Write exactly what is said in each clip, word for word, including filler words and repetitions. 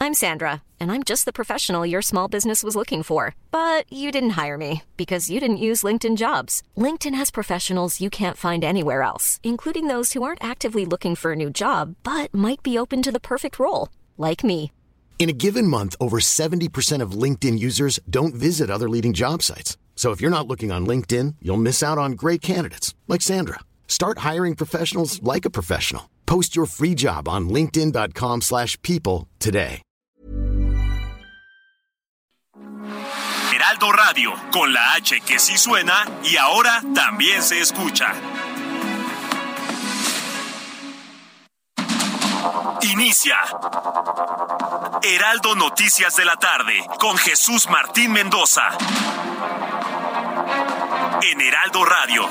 I'm Sandra, and I'm just the professional your small business was looking for. But you didn't hire me because you didn't use LinkedIn Jobs. LinkedIn has professionals you can't find anywhere else, including those who aren't actively looking for a new job, but might be open to the perfect role, like me. In a given month, over seventy percent of LinkedIn users don't visit other leading job sites. So if you're not looking on LinkedIn, you'll miss out on great candidates, like Sandra. Start hiring professionals like a professional. Post your free job on linkedin.com slash people today. Heraldo Radio, con la H que sí suena y ahora también se escucha. Inicia Heraldo Noticias de la tarde con Jesús Martín Mendoza. En Heraldo Radio.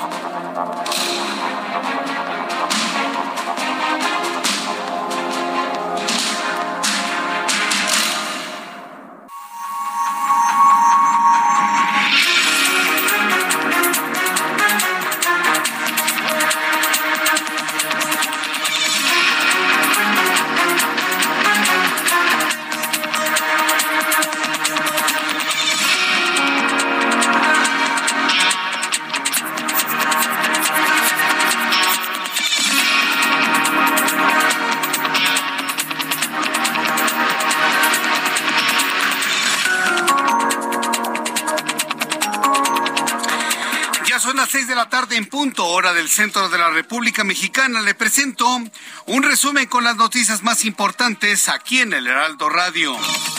seis de la tarde en punto, hora del centro de la República Mexicana. Le presento un resumen con las noticias más importantes aquí en el Heraldo Radio.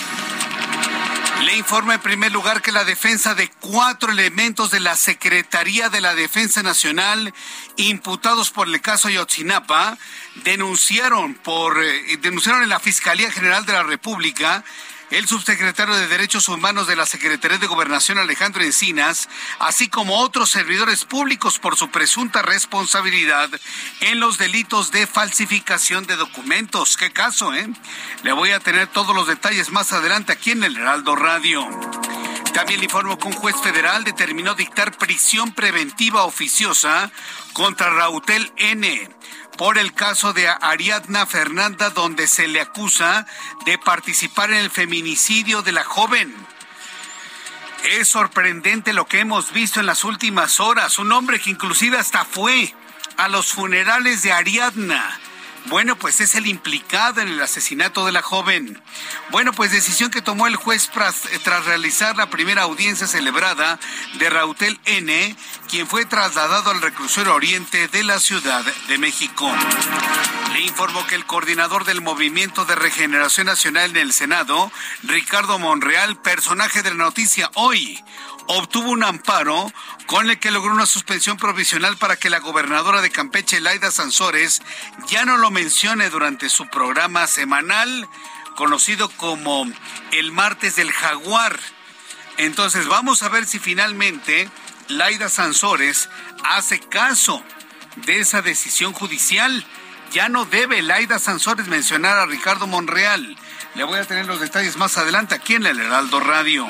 Le informo en primer lugar que la defensa de cuatro elementos de la Secretaría de la Defensa Nacional imputados por el caso Ayotzinapa denunciaron por eh, denunciaron en la Fiscalía General de la República el subsecretario de Derechos Humanos de la Secretaría de Gobernación, Alejandro Encinas, así como otros servidores públicos por su presunta responsabilidad en los delitos de falsificación de documentos. ¿Qué caso, eh? Le voy a tener todos los detalles más adelante aquí en el Heraldo Radio. También le informo que un juez federal determinó dictar prisión preventiva oficiosa contra Rautel N., por el caso de Ariadna Fernanda, donde se le acusa de participar en el feminicidio de la joven. Es sorprendente lo que hemos visto en las últimas horas. Un hombre que inclusive hasta fue a los funerales de Ariadna. Bueno, pues es el implicado en el asesinato de la joven. Bueno, pues decisión que tomó el juez tras, tras realizar la primera audiencia celebrada de Rautel N., quien fue trasladado al reclusorio oriente de la Ciudad de México. Le informó que el coordinador del Movimiento de Regeneración Nacional en el Senado, Ricardo Monreal, personaje de la noticia hoy, obtuvo un amparo con el que logró una suspensión provisional para que la gobernadora de Campeche, Laida Sansores, ya no lo mencione durante su programa semanal, conocido como el Martes del Jaguar. Entonces vamos a ver si finalmente Laida Sansores hace caso de esa decisión judicial. Ya no debe Laida Sansores mencionar a Ricardo Monreal. Le voy a tener los detalles más adelante aquí en el Heraldo Radio.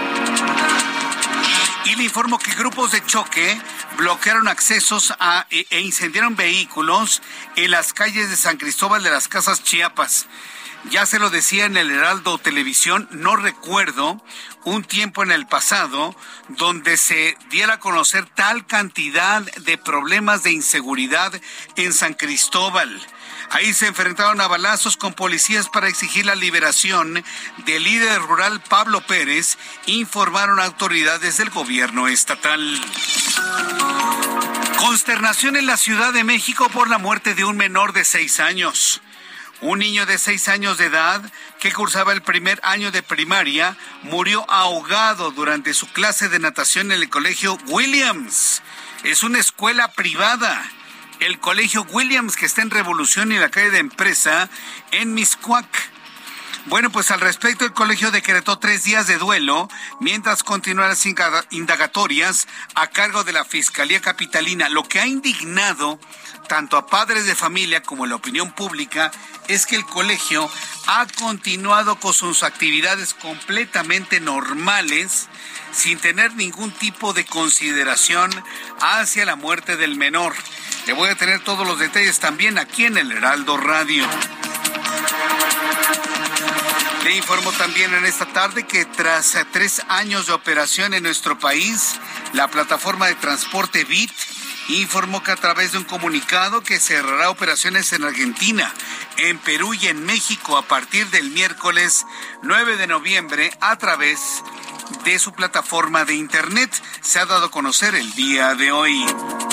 Y le informo que grupos de choque bloquearon accesos a, e, e incendiaron vehículos en las calles de San Cristóbal de las Casas, Chiapas. Ya se lo decía en el Heraldo Televisión, no recuerdo un tiempo en el pasado donde se diera a conocer tal cantidad de problemas de inseguridad en San Cristóbal. Ahí se enfrentaron a balazos con policías para exigir la liberación del líder rural Pablo Pérez, informaron autoridades del gobierno estatal. Consternación en la Ciudad de México por la muerte de un menor de seis años. Un niño de seis años de edad que cursaba el primer año de primaria murió ahogado durante su clase de natación en el colegio Williams. Es una escuela privada. El colegio Williams, que está en Revolución y la calle de Empresa, en Mixcoac. Bueno, pues al respecto, el colegio decretó tres días de duelo, mientras continúan las indagatorias a cargo de la Fiscalía Capitalina. Lo que ha indignado tanto a padres de familia como a la opinión pública es que el colegio ha continuado con sus actividades completamente normales, sin tener ningún tipo de consideración hacia la muerte del menor. Le voy a tener todos los detalles también aquí en el Heraldo Radio. Le informo también en esta tarde que tras tres años de operación en nuestro país, la plataforma de transporte Bit informó que a través de un comunicado que cerrará operaciones en Argentina, en Perú y en México a partir del miércoles nueve de noviembre a través de su plataforma de internet. Se ha dado a conocer el día de hoy.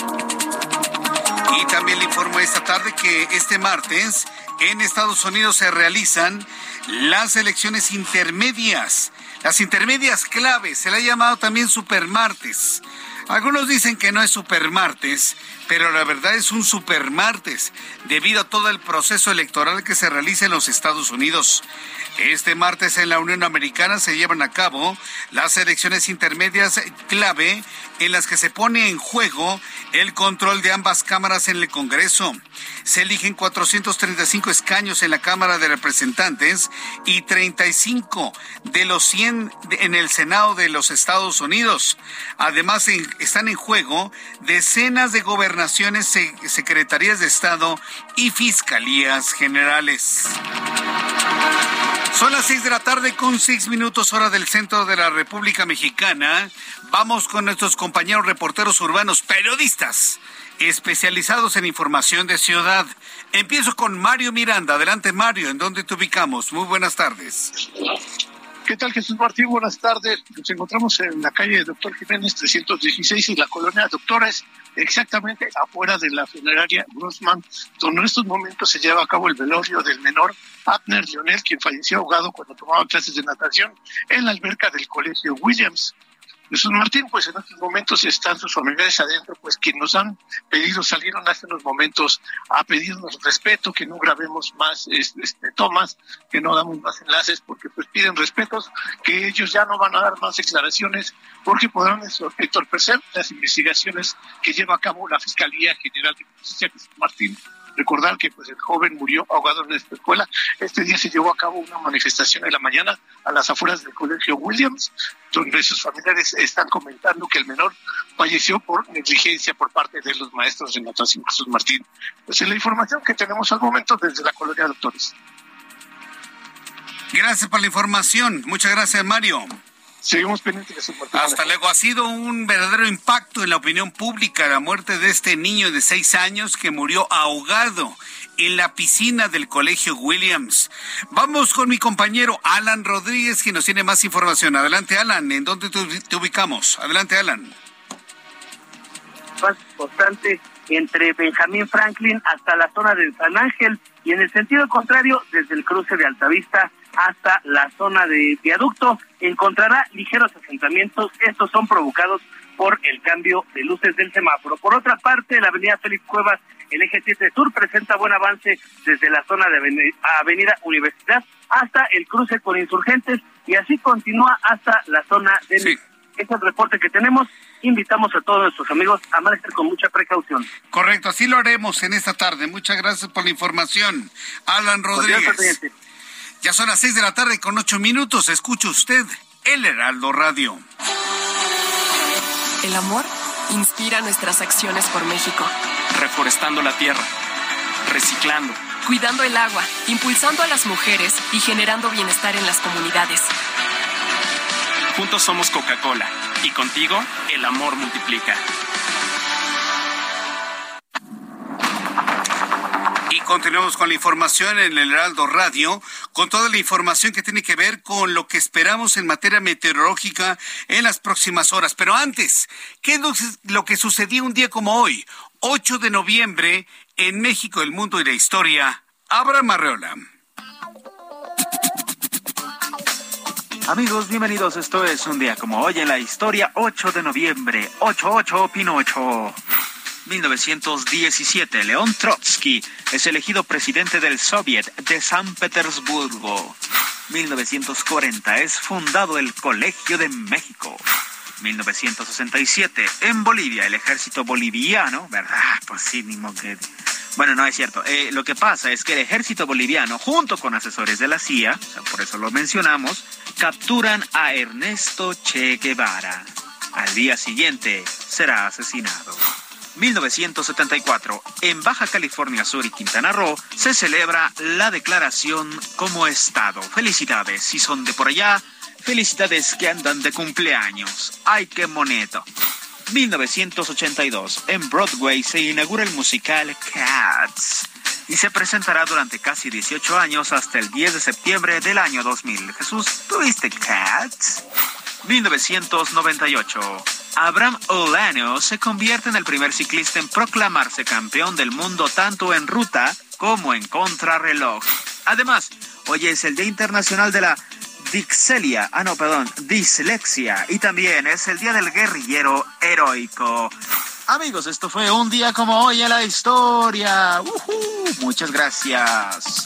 Y también le informo esta tarde que este martes en Estados Unidos se realizan las elecciones intermedias, las intermedias claves, se le ha llamado también supermartes. Algunos dicen que no es supermartes, pero la verdad es un supermartes, debido a todo el proceso electoral que se realiza en los Estados Unidos. Este martes en la Unión Americana se llevan a cabo las elecciones intermedias clave en las que se pone en juego el control de ambas cámaras en el Congreso. Se eligen cuatrocientos treinta y cinco escaños en la Cámara de Representantes y treinta y cinco de los cien en el Senado de los Estados Unidos. Además, están en juego decenas de gobernaciones, secretarías de Estado y fiscalías generales. Son las seis de la tarde con seis minutos hora del centro de la República Mexicana. Vamos con nuestros compañeros reporteros urbanos, periodistas especializados en información de ciudad. Empiezo con Mario Miranda. Adelante, Mario, ¿en dónde te ubicamos? Muy buenas tardes. ¿Qué tal, Jesús Martín? Buenas tardes. Nos encontramos en la calle Doctor Jiménez trescientos dieciséis y la colonia Doctores, exactamente afuera de la funeraria Grossman, donde en estos momentos se lleva a cabo el velorio del menor Abner Lionel, quien falleció ahogado cuando tomaba clases de natación en la alberca del colegio Williams. Jesús Martín, pues en estos momentos están sus familiares adentro, pues quienes nos han pedido, salieron hace unos momentos a pedirnos respeto, que no grabemos más este, tomas, que no damos más enlaces, porque pues piden respetos, que ellos ya no van a dar más declaraciones, porque podrán entorpecer las investigaciones que lleva a cabo la Fiscalía General de Justicia. Jesús Martín, recordar que pues el joven murió ahogado en esta escuela. Este día se llevó a cabo una manifestación en la mañana a las afueras del colegio Williams, donde sus familiares están comentando que el menor falleció por negligencia por parte de los maestros de natación. Jesús Martín, pues es la información que tenemos al momento desde la colonia Doctores. Gracias por la información. Muchas gracias, Mario. Seguimos pendientes de su muerte. Hasta luego. Ha sido un verdadero impacto en la opinión pública la muerte de este niño de seis años que murió ahogado en la piscina del colegio Williams. Vamos con mi compañero Alan Rodríguez, quien nos tiene más información. Adelante, Alan. ¿En dónde te ubicamos? Adelante, Alan. Más importante entre Benjamín Franklin hasta la zona de San Ángel y en el sentido contrario desde el cruce de Altavista hasta la zona de Viaducto encontrará ligeros asentamientos. Estos son provocados por el cambio de luces del semáforo. Por otra parte, la avenida Félix Cuevas, el eje siete Sur, presenta buen avance desde la zona de avenida Universidad hasta el cruce con Insurgentes y así continúa hasta la zona de... Sí. Este es el reporte que tenemos. Invitamos a todos nuestros amigos a manejar con mucha precaución. Correcto, así lo haremos en esta tarde. Muchas gracias por la información, Alan Rodríguez. Ya son las seis de la tarde con ocho minutos. Escucha usted el Heraldo Radio. El amor inspira nuestras acciones por México. Reforestando la tierra, reciclando, cuidando el agua, impulsando a las mujeres y generando bienestar en las comunidades. Juntos somos Coca-Cola y contigo el amor multiplica. Y continuamos con la información en el Heraldo Radio, con toda la información que tiene que ver con lo que esperamos en materia meteorológica en las próximas horas. Pero antes, ¿qué es lo que sucedió un día como hoy, ocho de noviembre, en México, el mundo y la historia? Abraham Arreola. Amigos, bienvenidos. Esto es un día como hoy en la historia, ocho de noviembre, ocho ocho Pinocho. mil novecientos diecisiete, León Trotsky es elegido presidente del Soviet de San Petersburgo. mil novecientos cuarenta, es fundado el Colegio de México. mil novecientos sesenta y siete, en Bolivia, el ejército boliviano, ¿verdad? Pues sí, ni modo que... Bueno, no es cierto. Eh, lo que pasa es que el ejército boliviano, junto con asesores de la C I A, o sea, por eso lo mencionamos, capturan a Ernesto Che Guevara. Al día siguiente será asesinado. mil novecientos setenta y cuatro, en Baja California Sur y Quintana Roo, se celebra la declaración como estado. Felicidades, si son de por allá, felicidades que andan de cumpleaños. ¡Ay, qué moneto! mil novecientos ochenta y dos, en Broadway se inaugura el musical Cats y se presentará durante casi dieciocho años hasta el diez de septiembre del año dos mil. Jesús, ¿tuviste Cats? mil novecientos noventa y ocho, Abraham Olano se convierte en el primer ciclista en proclamarse campeón del mundo tanto en ruta como en contrarreloj. Además, hoy es el Día Internacional de la Dixelia, ah no, perdón, dislexia, y también es el Día del Guerrillero Heroico. Amigos, esto fue un día como hoy en la historia. Uh-huh. Muchas gracias.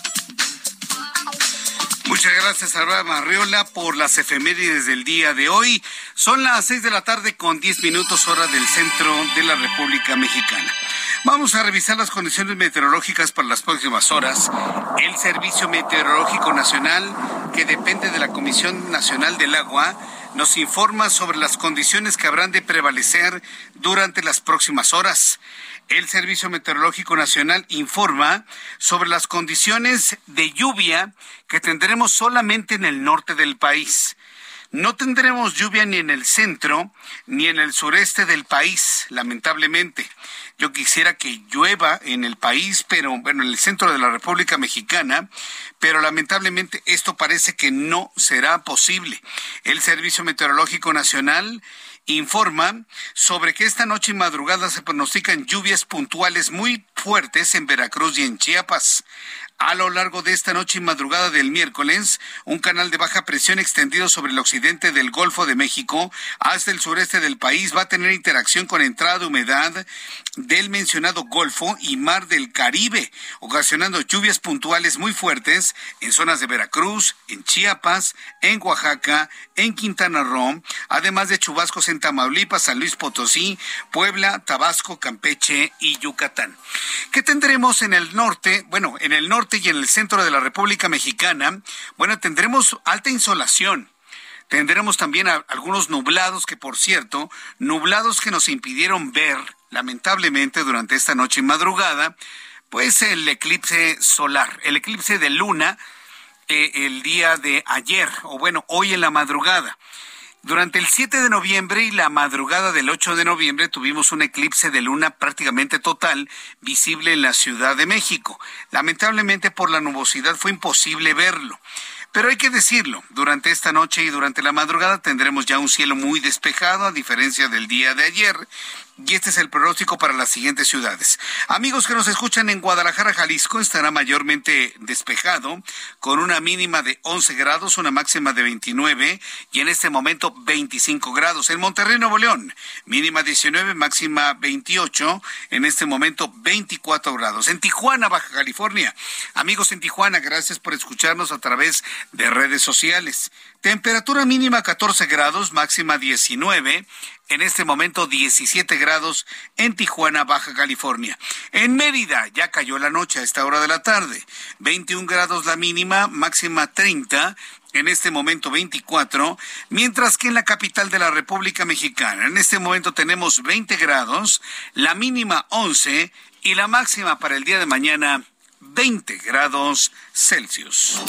Muchas gracias, Abraham Arreola, por las efemérides del día de hoy. Son las seis de la tarde con diez minutos, hora del centro de la República Mexicana. Vamos a revisar las condiciones meteorológicas para las próximas horas. El Servicio Meteorológico Nacional, que depende de la Comisión Nacional del Agua, nos informa sobre las condiciones que habrán de prevalecer durante las próximas horas. El Servicio Meteorológico Nacional informa sobre las condiciones de lluvia que tendremos solamente en el norte del país. No tendremos lluvia ni en el centro ni en el sureste del país, lamentablemente. Yo quisiera que llueva en el país, pero bueno, en el centro de la República Mexicana, pero lamentablemente esto parece que no será posible. El Servicio Meteorológico Nacional informa sobre que esta noche y madrugada se pronostican lluvias puntuales muy fuertes en Veracruz y en Chiapas. A lo largo de esta noche y madrugada del miércoles, un canal de baja presión extendido sobre el occidente del Golfo de México hasta el sureste del país va a tener interacción con entrada de humedad del mencionado Golfo y Mar del Caribe, ocasionando lluvias puntuales muy fuertes en zonas de Veracruz, en Chiapas, en Oaxaca, en Quintana Roo, además de chubascos en Tamaulipas, San Luis Potosí, Puebla, Tabasco, Campeche y Yucatán. ¿Qué tendremos en el norte? Bueno, en el norte y en el centro de la República Mexicana, bueno, tendremos alta insolación. Tendremos también a, algunos nublados que, por cierto, nublados que nos impidieron ver, lamentablemente, durante esta noche y madrugada, pues el eclipse solar, el eclipse de luna, eh, el día de ayer, o bueno, hoy en la madrugada. Durante el siete de noviembre y la madrugada del ocho de noviembre tuvimos un eclipse de luna prácticamente total visible en la Ciudad de México. Lamentablemente por la nubosidad fue imposible verlo. Pero hay que decirlo, durante esta noche y durante la madrugada tendremos ya un cielo muy despejado, a diferencia del día de ayer. Y este es el pronóstico para las siguientes ciudades. Amigos que nos escuchan en Guadalajara, Jalisco, estará mayormente despejado, con una mínima de once grados, una máxima de veintinueve y en este momento veinticinco grados. En Monterrey, Nuevo León, mínima diecinueve, máxima veintiocho, en este momento veinticuatro grados. En Tijuana, Baja California, amigos en Tijuana, gracias por escucharnos a través de redes sociales. Temperatura mínima catorce grados, máxima diecinueve. En este momento diecisiete grados en Tijuana, Baja California. En Mérida ya cayó la noche a esta hora de la tarde. veintiún grados la mínima, máxima treinta. En este momento veinticuatro. Mientras que en la capital de la República Mexicana, en este momento tenemos veinte grados, la mínima once y la máxima para el día de mañana veinte grados Celsius.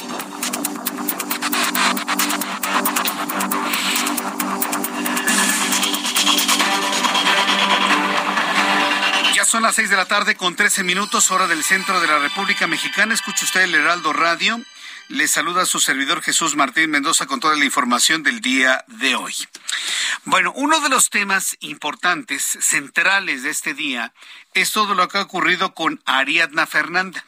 Ya son las seis de la tarde con trece minutos, hora del centro de la República Mexicana. Escucha usted el Heraldo Radio. Le saluda a su servidor Jesús Martín Mendoza con toda la información del día de hoy. Bueno, uno de los temas importantes, centrales de este día, es todo lo que ha ocurrido con Ariadna Fernanda.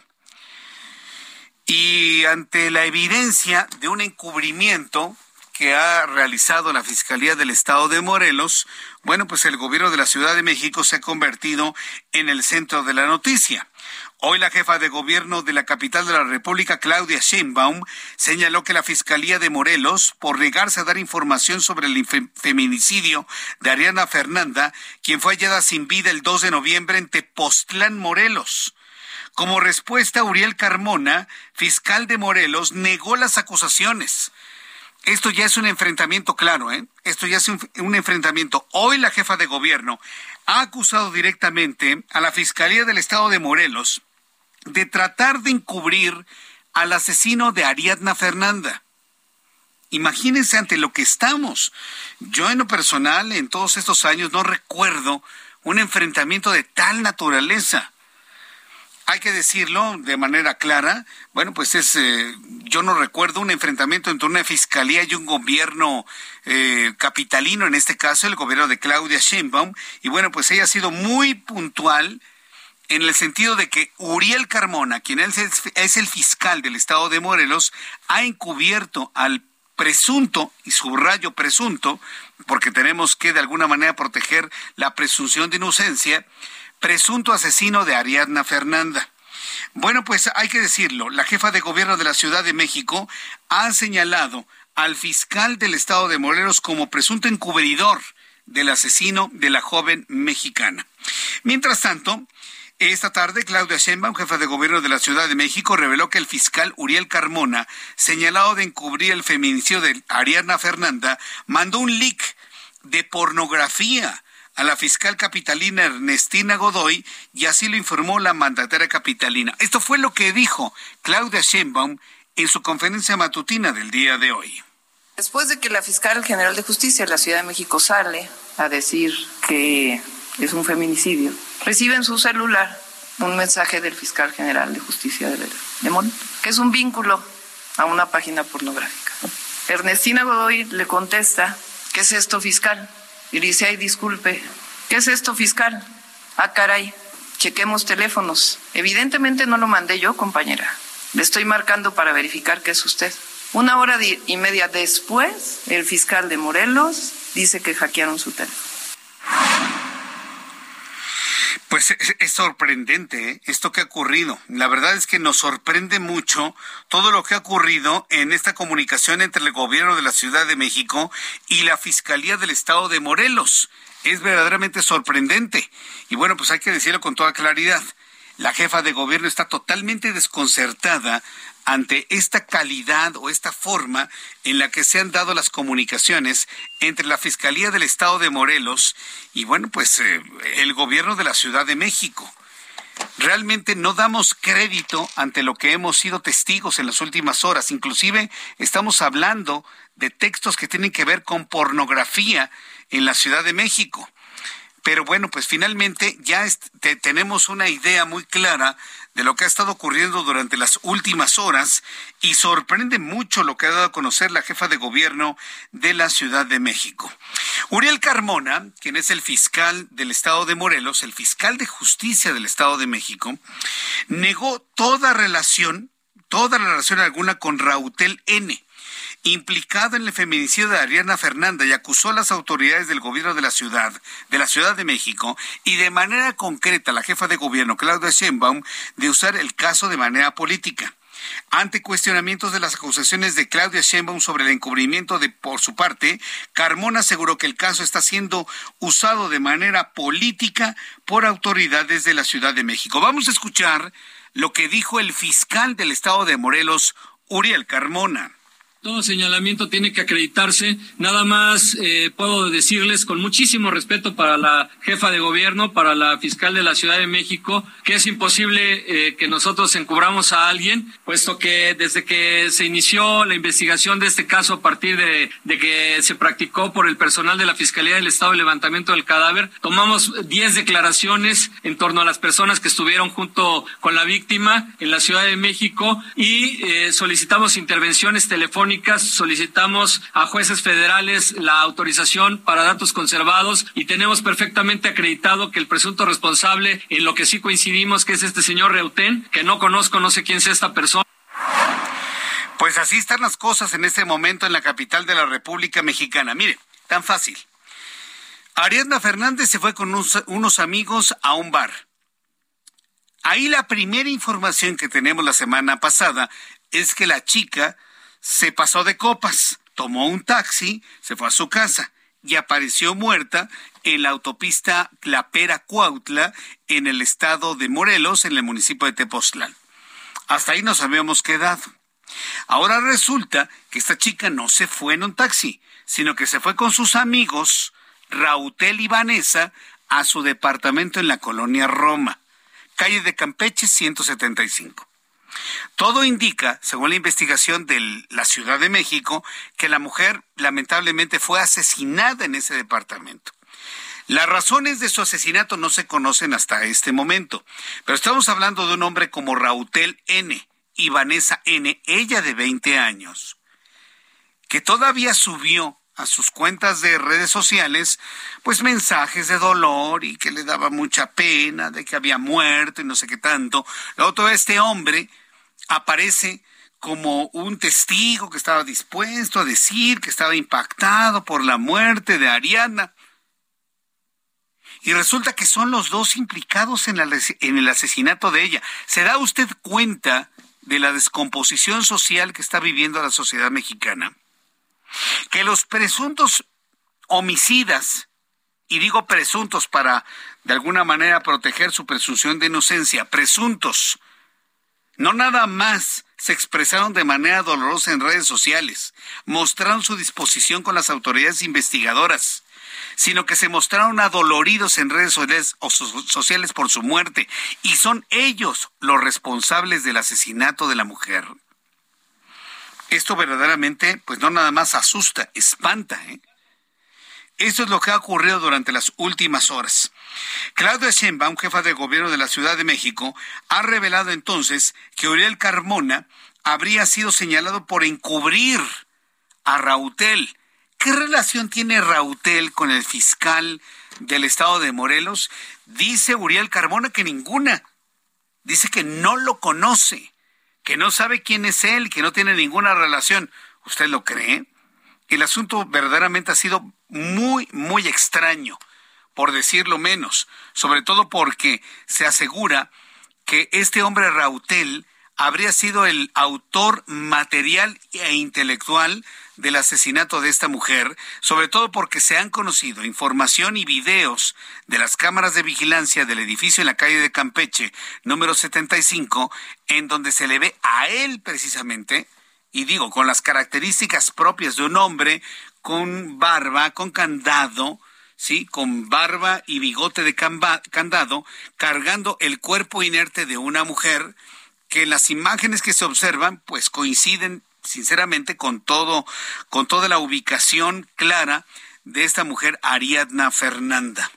Y ante la evidencia de un encubrimiento que ha realizado la Fiscalía del Estado de Morelos, bueno, pues el gobierno de la Ciudad de México se ha convertido en el centro de la noticia. Hoy la jefa de gobierno de la capital de la República, Claudia Sheinbaum, señaló que la Fiscalía de Morelos, por negarse a dar información sobre el feminicidio de Ariadna Fernanda, quien fue hallada sin vida el dos de noviembre en Tepoztlán, Morelos. Como respuesta, Uriel Carmona, fiscal de Morelos, negó las acusaciones. Esto ya es un enfrentamiento claro, ¿eh? Esto ya es un, un enfrentamiento. Hoy la jefa de gobierno ha acusado directamente a la Fiscalía del Estado de Morelos de tratar de encubrir al asesino de Ariadna Fernanda. Imagínense ante lo que estamos. Yo en lo personal, en todos estos años, no recuerdo un enfrentamiento de tal naturaleza. Hay que decirlo de manera clara, bueno, pues es, eh, yo no recuerdo un enfrentamiento entre una fiscalía y un gobierno eh, capitalino, en este caso el gobierno de Claudia Sheinbaum, y bueno, pues ella ha sido muy puntual en el sentido de que Uriel Carmona, quien es, es el fiscal del estado de Morelos, ha encubierto al presunto, y subrayo presunto, porque tenemos que de alguna manera proteger la presunción de inocencia, presunto asesino de Ariadna Fernanda. Bueno, pues hay que decirlo, la jefa de gobierno de la Ciudad de México ha señalado al fiscal del estado de Morelos como presunto encubridor del asesino de la joven mexicana. Mientras tanto, esta tarde, Claudia Sheinbaum, jefa de gobierno de la Ciudad de México, reveló que el fiscal Uriel Carmona, señalado de encubrir el feminicidio de Ariadna Fernanda, mandó un leak de pornografía a la fiscal capitalina Ernestina Godoy, y así lo informó la mandataria capitalina. Esto fue lo que dijo Claudia Sheinbaum en su conferencia matutina del día de hoy. Después de que la fiscal general de justicia de la Ciudad de México sale a decir que es un feminicidio, recibe en su celular un mensaje del fiscal general de justicia de, de Morelos, que es un vínculo a una página pornográfica. Ernestina Godoy le contesta: ¿qué es esto, fiscal? Y dice: ay, disculpe, ¿qué es esto, fiscal? Ah, caray, chequemos teléfonos. Evidentemente no lo mandé yo, compañera. Le estoy marcando para verificar que es usted. Una hora y media después, el fiscal de Morelos dice que hackearon su teléfono. Pues es, es sorprendente, ¿eh? Esto que ha ocurrido. La verdad es que nos sorprende mucho todo lo que ha ocurrido en esta comunicación entre el gobierno de la Ciudad de México y la Fiscalía del Estado de Morelos. Es verdaderamente sorprendente. Y bueno, pues hay que decirlo con toda claridad. La jefa de gobierno está totalmente desconcertada ante esta calidad o esta forma en la que se han dado las comunicaciones entre la Fiscalía del Estado de Morelos y, bueno, pues eh, el gobierno de la Ciudad de México. Realmente no damos crédito ante lo que hemos sido testigos en las últimas horas. Inclusive estamos hablando de textos que tienen que ver con pornografía en la Ciudad de México. Pero bueno, pues finalmente ya te, tenemos una idea muy clara de lo que ha estado ocurriendo durante las últimas horas, y sorprende mucho lo que ha dado a conocer la jefa de gobierno de la Ciudad de México. Uriel Carmona, quien es el fiscal del estado de Morelos, el fiscal de justicia del Estado de México, negó toda relación, toda relación alguna con Rautel N., implicado en el feminicidio de Ariadna Fernanda, y acusó a las autoridades del gobierno de la ciudad, de la Ciudad de México, y de manera concreta a la jefa de gobierno, Claudia Sheinbaum, de usar el caso de manera política. Ante cuestionamientos de las acusaciones de Claudia Sheinbaum sobre el encubrimiento de por su parte, Carmona aseguró que el caso está siendo usado de manera política por autoridades de la Ciudad de México. Vamos a escuchar lo que dijo el fiscal del estado de Morelos, Uriel Carmona. Todo señalamiento tiene que acreditarse. Nada más eh, puedo decirles con muchísimo respeto para la jefa de gobierno, para la fiscal de la Ciudad de México, que es imposible eh, que nosotros encubramos a alguien, puesto que desde que se inició la investigación de este caso, a partir de, de que se practicó por el personal de la Fiscalía del Estado el levantamiento del cadáver, tomamos diez declaraciones en torno a las personas que estuvieron junto con la víctima en la Ciudad de México, y eh, solicitamos intervenciones telefónicas. Solicitamos a jueces federales la autorización para datos conservados, y tenemos perfectamente acreditado que el presunto responsable, en lo que sí coincidimos, que es este señor Reutén, que no conozco, no sé quién sea esta persona. Pues así están las cosas en este momento en la capital de la República Mexicana. Mire, tan fácil. Ariadna Fernández se fue con unos, unos amigos a un bar. Ahí la primera información que tenemos la semana pasada es que la chica se pasó de copas, tomó un taxi, se fue a su casa y apareció muerta en la autopista Tlapera-Cuautla, en el estado de Morelos, en el municipio de Tepoztlán. Hasta ahí nos habíamos quedado. Ahora resulta que esta chica no se fue en un taxi, sino que se fue con sus amigos, Rautel y Vanessa, a su departamento en la colonia Roma, calle de Campeche ciento setenta y cinco. Todo indica, según la investigación de la Ciudad de México, que la mujer lamentablemente fue asesinada en ese departamento. Las razones de su asesinato no se conocen hasta este momento, pero estamos hablando de un hombre como Rautel N. y Vanessa N., ella de veinte años, que todavía subió a sus cuentas de redes sociales, pues mensajes de dolor y que le daba mucha pena de que había muerto y no sé qué tanto. Luego todo este hombre aparece como un testigo que estaba dispuesto a decir que estaba impactado por la muerte de Ariadna. Y resulta que son los dos implicados en, la, en el asesinato de ella. ¿Se da usted cuenta de la descomposición social que está viviendo la sociedad mexicana? Que los presuntos homicidas, y digo presuntos para de alguna manera proteger su presunción de inocencia, presuntos, no nada más se expresaron de manera dolorosa en redes sociales, mostraron su disposición con las autoridades investigadoras, sino que se mostraron adoloridos en redes sociales por su muerte, y son ellos los responsables del asesinato de la mujer. Esto verdaderamente, pues no nada más asusta, espanta, ¿eh? Esto es lo que ha ocurrido durante las últimas horas. Claudia Sheinbaum, jefa de gobierno de la Ciudad de México, ha revelado entonces que Uriel Carmona habría sido señalado por encubrir a Rautel. ¿Qué relación tiene Rautel con el fiscal del estado de Morelos? Dice Uriel Carmona que ninguna. Dice que no lo conoce, que no sabe quién es él, que no tiene ninguna relación. ¿Usted lo cree? El asunto verdaderamente ha sido muy, muy extraño, por decirlo menos, sobre todo porque se asegura que este hombre Rautel habría sido el autor material e intelectual del asesinato de esta mujer, sobre todo porque se han conocido información y videos de las cámaras de vigilancia del edificio en la calle de Campeche, número setenta y cinco, en donde se le ve a él precisamente, y digo, con las características propias de un hombre con barba, con candado, ¿sí? Con barba y bigote de candado, cargando el cuerpo inerte de una mujer que en las imágenes que se observan, pues coinciden sinceramente con todo, con toda la ubicación clara de esta mujer Ariadna Fernanda.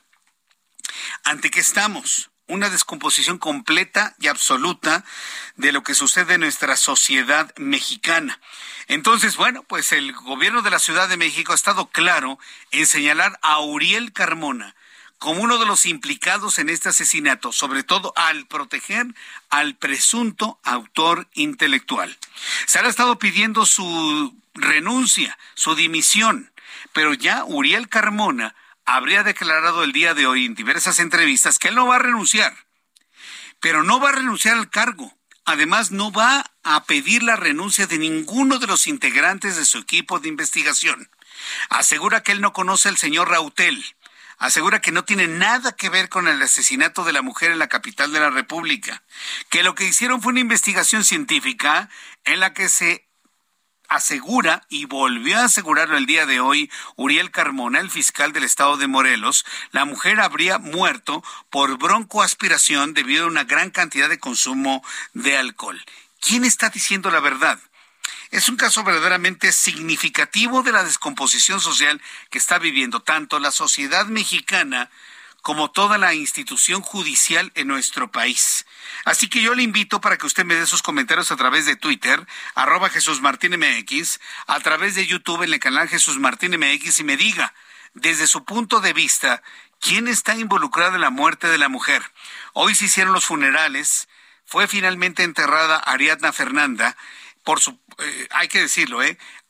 ¿Ante qué estamos? Una descomposición completa y absoluta de lo que sucede en nuestra sociedad mexicana. Entonces, bueno, pues el gobierno de la Ciudad de México ha estado claro en señalar a Uriel Carmona como uno de los implicados en este asesinato, sobre todo al proteger al presunto autor intelectual. Se ha estado pidiendo su renuncia, su dimisión, pero ya Uriel Carmona habría declarado el día de hoy en diversas entrevistas que él no va a renunciar, pero no va a renunciar al cargo. Además, no va a pedir la renuncia de ninguno de los integrantes de su equipo de investigación. Asegura que él no conoce al señor Rautel. Asegura que no tiene nada que ver con el asesinato de la mujer en la capital de la República. Que lo que hicieron fue una investigación científica en la que se asegura, y volvió a asegurarlo el día de hoy Uriel Carmona, el fiscal del estado de Morelos, la mujer habría muerto por broncoaspiración debido a una gran cantidad de consumo de alcohol. ¿Quién está diciendo la verdad? Es un caso verdaderamente significativo de la descomposición social que está viviendo tanto la sociedad mexicana como toda la institución judicial en nuestro país. Así que yo le invito para que usted me dé sus comentarios a través de Twitter, arroba Jesús Martín M X, a través de YouTube en el canal Jesús Martín M X, y me diga, desde su punto de vista, ¿quién está involucrado en la muerte de la mujer? Hoy se hicieron los funerales, fue finalmente enterrada Ariadna Fernanda, por su, eh, hay que decirlo, ¿eh?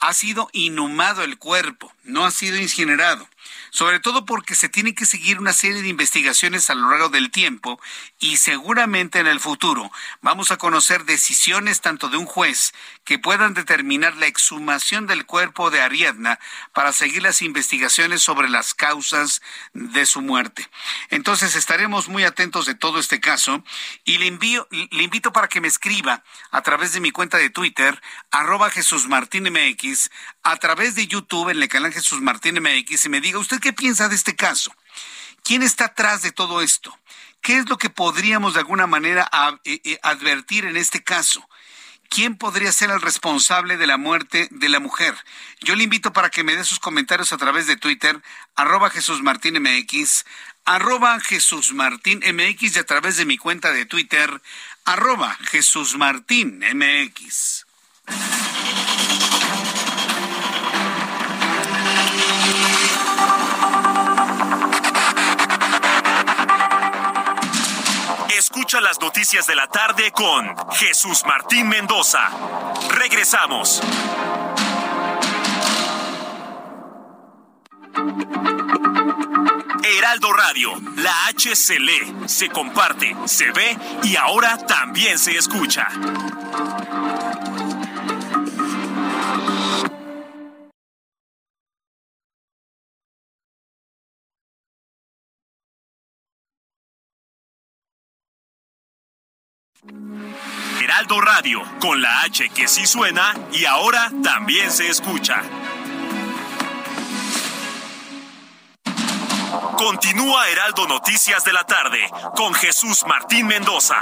ha sido inhumado el cuerpo, no ha sido incinerado. Sobre todo porque se tiene que seguir una serie de investigaciones a lo largo del tiempo y seguramente en el futuro vamos a conocer decisiones tanto de un juez que puedan determinar la exhumación del cuerpo de Ariadna para seguir las investigaciones sobre las causas de su muerte. Entonces estaremos muy atentos de todo este caso y le envío, le invito para que me escriba a través de mi cuenta de Twitter, arroba Jesús Martín M X, a través de YouTube en el canal Jesús Martín M X y me diga usted qué piensa de este caso. ¿Quién está atrás de todo esto? ¿Qué es lo que podríamos de alguna manera a, eh, eh, advertir en este caso? ¿Quién podría ser el responsable de la muerte de la mujer? Yo le invito para que me dé sus comentarios a través de Twitter, arroba Jesús Martín M X, arroba Jesús Martín M X y a través de mi cuenta de Twitter, arroba Jesús Martín M X. Escucha las noticias de la tarde con Jesús Martín Mendoza. Regresamos. Heraldo Radio, la H se lee, se comparte, se ve y ahora también se escucha. Heraldo Radio, con la H que sí suena y ahora también se escucha. Continúa Heraldo Noticias de la tarde con Jesús Martín Mendoza.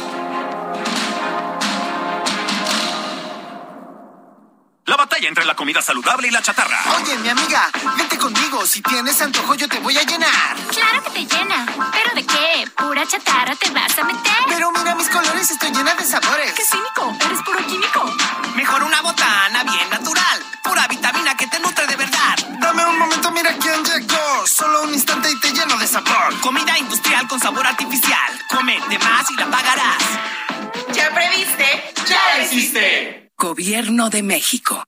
La batalla entre la comida saludable y la chatarra. Oye, mi amiga, vente conmigo. Si tienes antojo, yo te voy a llenar. Claro que te llena. ¿Pero de qué? ¿Pura chatarra te vas a meter? Pero mira mis colores, estoy llena de sabores. ¡Qué cínico! Eres puro químico. Mejor una botana bien natural. Pura vitamina que te nutre de verdad. Dame un momento, mira quién llegó. Solo un instante y te lleno de sabor. Comida industrial con sabor artificial. Come de más y la pagarás. ¿Ya previste? ¡Ya lo hiciste! Gobierno de México.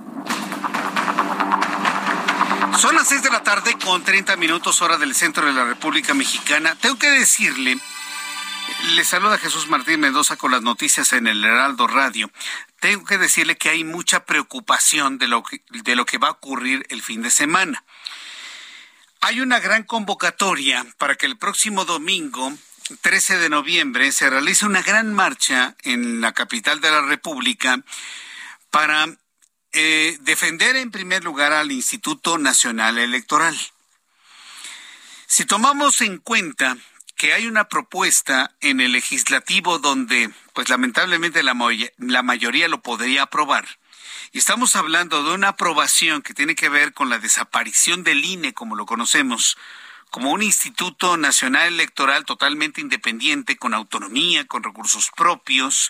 Son las seis de la tarde con treinta minutos hora del centro de la República Mexicana. Tengo que decirle, le saluda Jesús Martín Mendoza con las noticias en el Heraldo Radio. Tengo que decirle que hay mucha preocupación de lo que, de lo que va a ocurrir el fin de semana. Hay una gran convocatoria para que el próximo domingo, trece de noviembre, se realice una gran marcha en la capital de la República para eh, defender en primer lugar al Instituto Nacional Electoral. Si tomamos en cuenta que hay una propuesta en el legislativo donde, pues lamentablemente la, la mayoría lo podría aprobar, y estamos hablando de una aprobación que tiene que ver con la desaparición del I N E como lo conocemos, como un Instituto Nacional Electoral totalmente independiente, con autonomía, con recursos propios,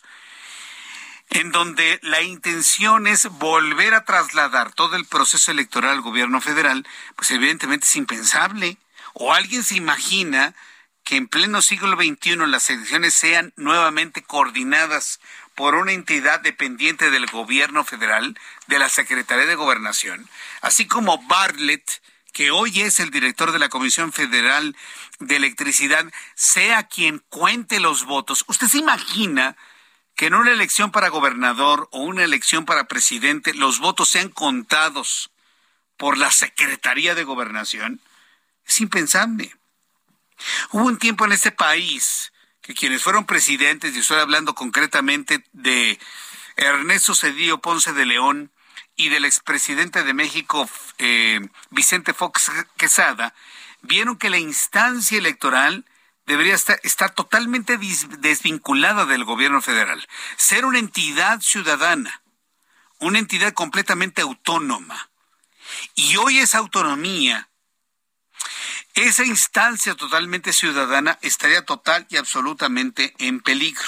en donde la intención es volver a trasladar todo el proceso electoral al gobierno federal, pues evidentemente es impensable. ¿O alguien se imagina que en pleno siglo veintiuno las elecciones sean nuevamente coordinadas por una entidad dependiente del gobierno federal, de la Secretaría de Gobernación, así como Bartlett, que hoy es el director de la Comisión Federal de Electricidad, sea quien cuente los votos? ¿Usted se imagina que en una elección para gobernador o una elección para presidente los votos sean contados por la Secretaría de Gobernación? Es impensable. Hubo un tiempo en este país que quienes fueron presidentes, y estoy hablando concretamente de Ernesto Zedillo Ponce de León y del expresidente de México, eh, Vicente Fox Quesada, vieron que la instancia electoral debería estar, estar totalmente dis, desvinculada del gobierno federal, ser una entidad ciudadana, una entidad completamente autónoma. Y hoy esa autonomía, esa instancia totalmente ciudadana estaría total y absolutamente en peligro.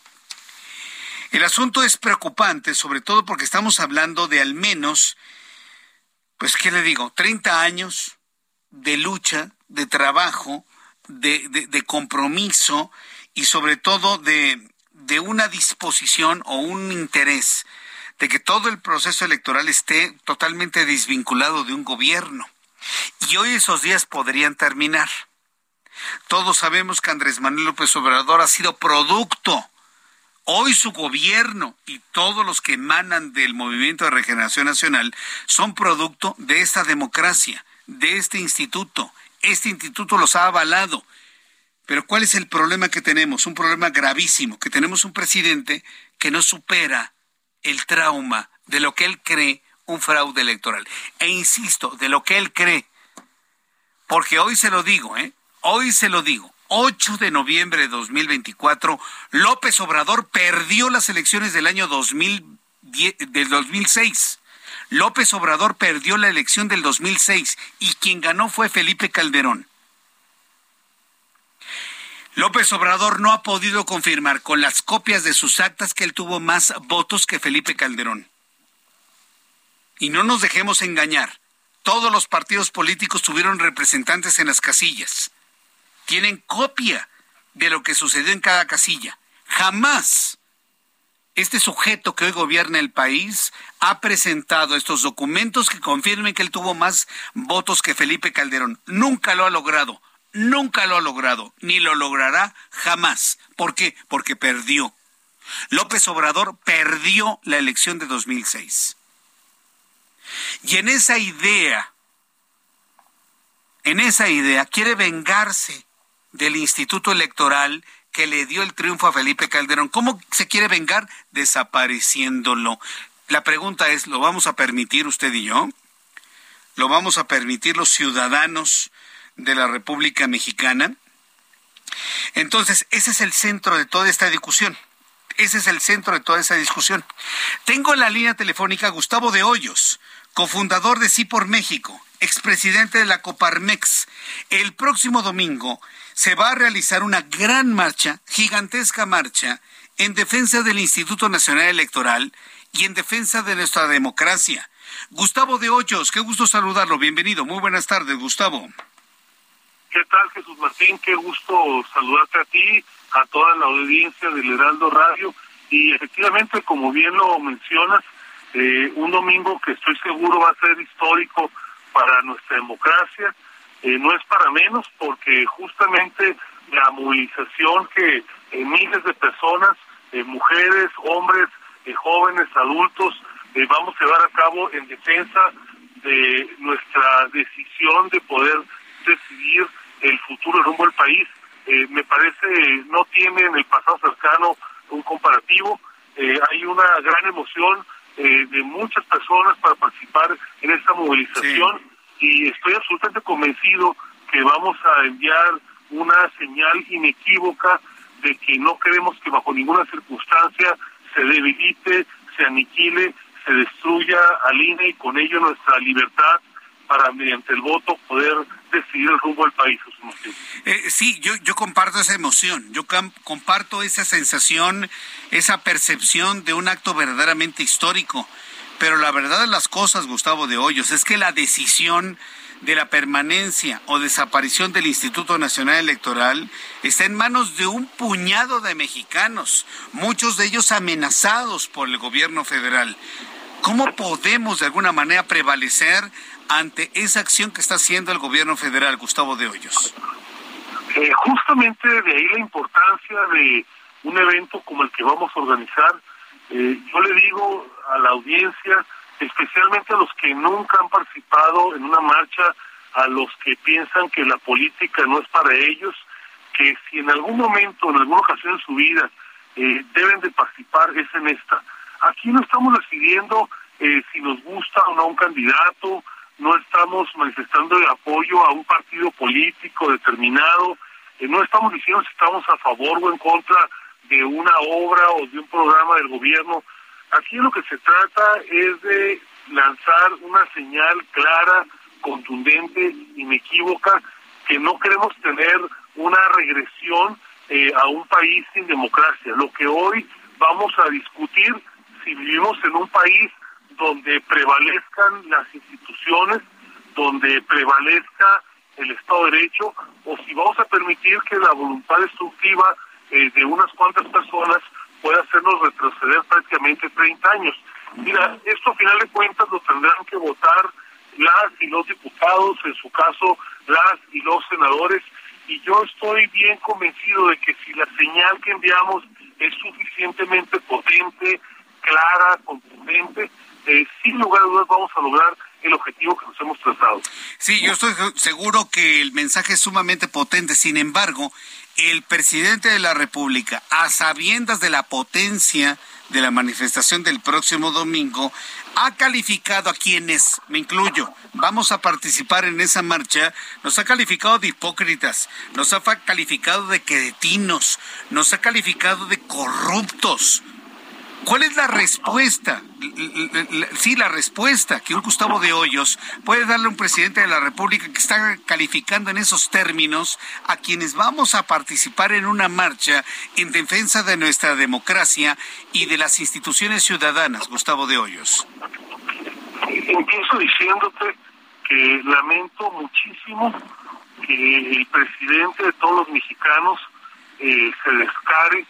El asunto es preocupante, sobre todo porque estamos hablando de al menos, pues, ¿qué le digo?, treinta años de lucha, de trabajo, de, de, de compromiso y sobre todo de, de una disposición o un interés de que todo el proceso electoral esté totalmente desvinculado de un gobierno. Y hoy esos días podrían terminar. Todos sabemos que Andrés Manuel López Obrador ha sido producto. Hoy su gobierno y todos los que emanan del Movimiento de Regeneración Nacional son producto de esta democracia, de este instituto. Este instituto los ha avalado. Pero ¿cuál es el problema que tenemos? Un problema gravísimo, que tenemos un presidente que no supera el trauma de lo que él cree un fraude electoral. E insisto, de lo que él cree. Porque hoy se lo digo, ¿eh? Hoy se lo digo. ocho de noviembre de dos mil veinticuatro, López Obrador perdió las elecciones del año dos mil diez, del dos mil seis. López Obrador perdió la elección del dos mil seis y quien ganó fue Felipe Calderón. López Obrador no ha podido confirmar con las copias de sus actas que él tuvo más votos que Felipe Calderón. Y no nos dejemos engañar. Todos los partidos políticos tuvieron representantes en las casillas. Tienen copia de lo que sucedió en cada casilla. Jamás este sujeto que hoy gobierna el país ha presentado estos documentos que confirmen que él tuvo más votos que Felipe Calderón. Nunca lo ha logrado. Nunca lo ha logrado, ni lo logrará jamás. ¿Por qué? Porque perdió. López Obrador perdió la elección de dos mil seis. Y en esa idea, en esa idea, quiere vengarse del Instituto Electoral que le dio el triunfo a Felipe Calderón. ¿Cómo se quiere vengar? Desapareciéndolo. La pregunta es, ¿lo vamos a permitir usted y yo? ¿Lo vamos a permitir los ciudadanos de la República Mexicana? Entonces, ese es el centro de toda esta discusión. Ese es el centro de toda esa discusión. Tengo en la línea telefónica a Gustavo de Hoyos, cofundador de Sí por México, expresidente de la Coparmex. El próximo domingo se va a realizar una gran marcha, gigantesca marcha, en defensa del Instituto Nacional Electoral y en defensa de nuestra democracia. Gustavo de Hoyos, qué gusto saludarlo. Bienvenido. Muy buenas tardes, Gustavo. ¿Qué tal, Jesús Martín? Qué gusto saludarte a ti, a toda la audiencia del Heraldo Radio. Y efectivamente, como bien lo mencionas, eh, un domingo que estoy seguro va a ser histórico para nuestra democracia. Eh, no es para menos, porque justamente la movilización que eh, miles de personas, eh, mujeres, hombres, eh, jóvenes, adultos, eh, vamos a llevar a cabo en defensa de nuestra decisión de poder decidir el futuro rumbo al país, eh, me parece no tiene en el pasado cercano un comparativo. Eh, hay una gran emoción eh, de muchas personas para participar en esta movilización, sí. Y estoy absolutamente convencido que vamos a enviar una señal inequívoca de que no queremos que bajo ninguna circunstancia se debilite, se aniquile, se destruya al I N E y con ello nuestra libertad para, mediante el voto, poder decidir el rumbo del país. Eh, sí, yo, yo comparto esa emoción, yo cam- comparto esa sensación, esa percepción de un acto verdaderamente histórico, pero la verdad de las cosas, Gustavo de Hoyos, es que la decisión de la permanencia o desaparición del Instituto Nacional Electoral está en manos de un puñado de mexicanos, muchos de ellos amenazados por el gobierno federal. ¿Cómo podemos de alguna manera prevalecer ante esa acción que está haciendo el gobierno federal, Gustavo de Hoyos? Eh, justamente de ahí la importancia de un evento como el que vamos a organizar. Eh, yo le digo a la audiencia, especialmente a los que nunca han participado en una marcha, a los que piensan que la política no es para ellos, que si en algún momento, en alguna ocasión en su vida, eh, deben de participar, es en esta. Aquí no estamos decidiendo eh, si nos gusta o no un candidato, no estamos manifestando el apoyo a un partido político determinado, eh, no estamos diciendo si estamos a favor o en contra de una obra o de un programa del gobierno. Aquí lo que se trata es de lanzar una señal clara, contundente, inequívoca, que no queremos tener una regresión eh, a un país sin democracia. Lo que hoy vamos a discutir, si vivimos en un país donde prevalezcan las instituciones, donde prevalezca el Estado de Derecho, o si vamos a permitir que la voluntad destructiva eh, de unas cuantas personas puede hacernos retroceder prácticamente treinta años. Mira, esto a final de cuentas lo tendrán que votar las y los diputados, en su caso las y los senadores, y yo estoy bien convencido de que si la señal que enviamos es suficientemente potente, clara, contundente, eh, sin lugar a dudas vamos a lograr el objetivo que nos hemos trazado. Sí, yo estoy seguro que el mensaje es sumamente potente. Sin embargo, el presidente de la República, a sabiendas de la potencia de la manifestación del próximo domingo, ha calificado a quienes, me incluyo, vamos a participar en esa marcha, nos ha calificado de hipócritas, nos ha calificado de cretinos, nos ha calificado de corruptos. ¿Cuál es la respuesta? Sí, la respuesta que un Gustavo de Hoyos puede darle a un presidente de la República que está calificando en esos términos a quienes vamos a participar en una marcha en defensa de nuestra democracia y de las instituciones ciudadanas, Gustavo de Hoyos. Empiezo diciéndote que lamento muchísimo que el presidente de todos los mexicanos eh, se descare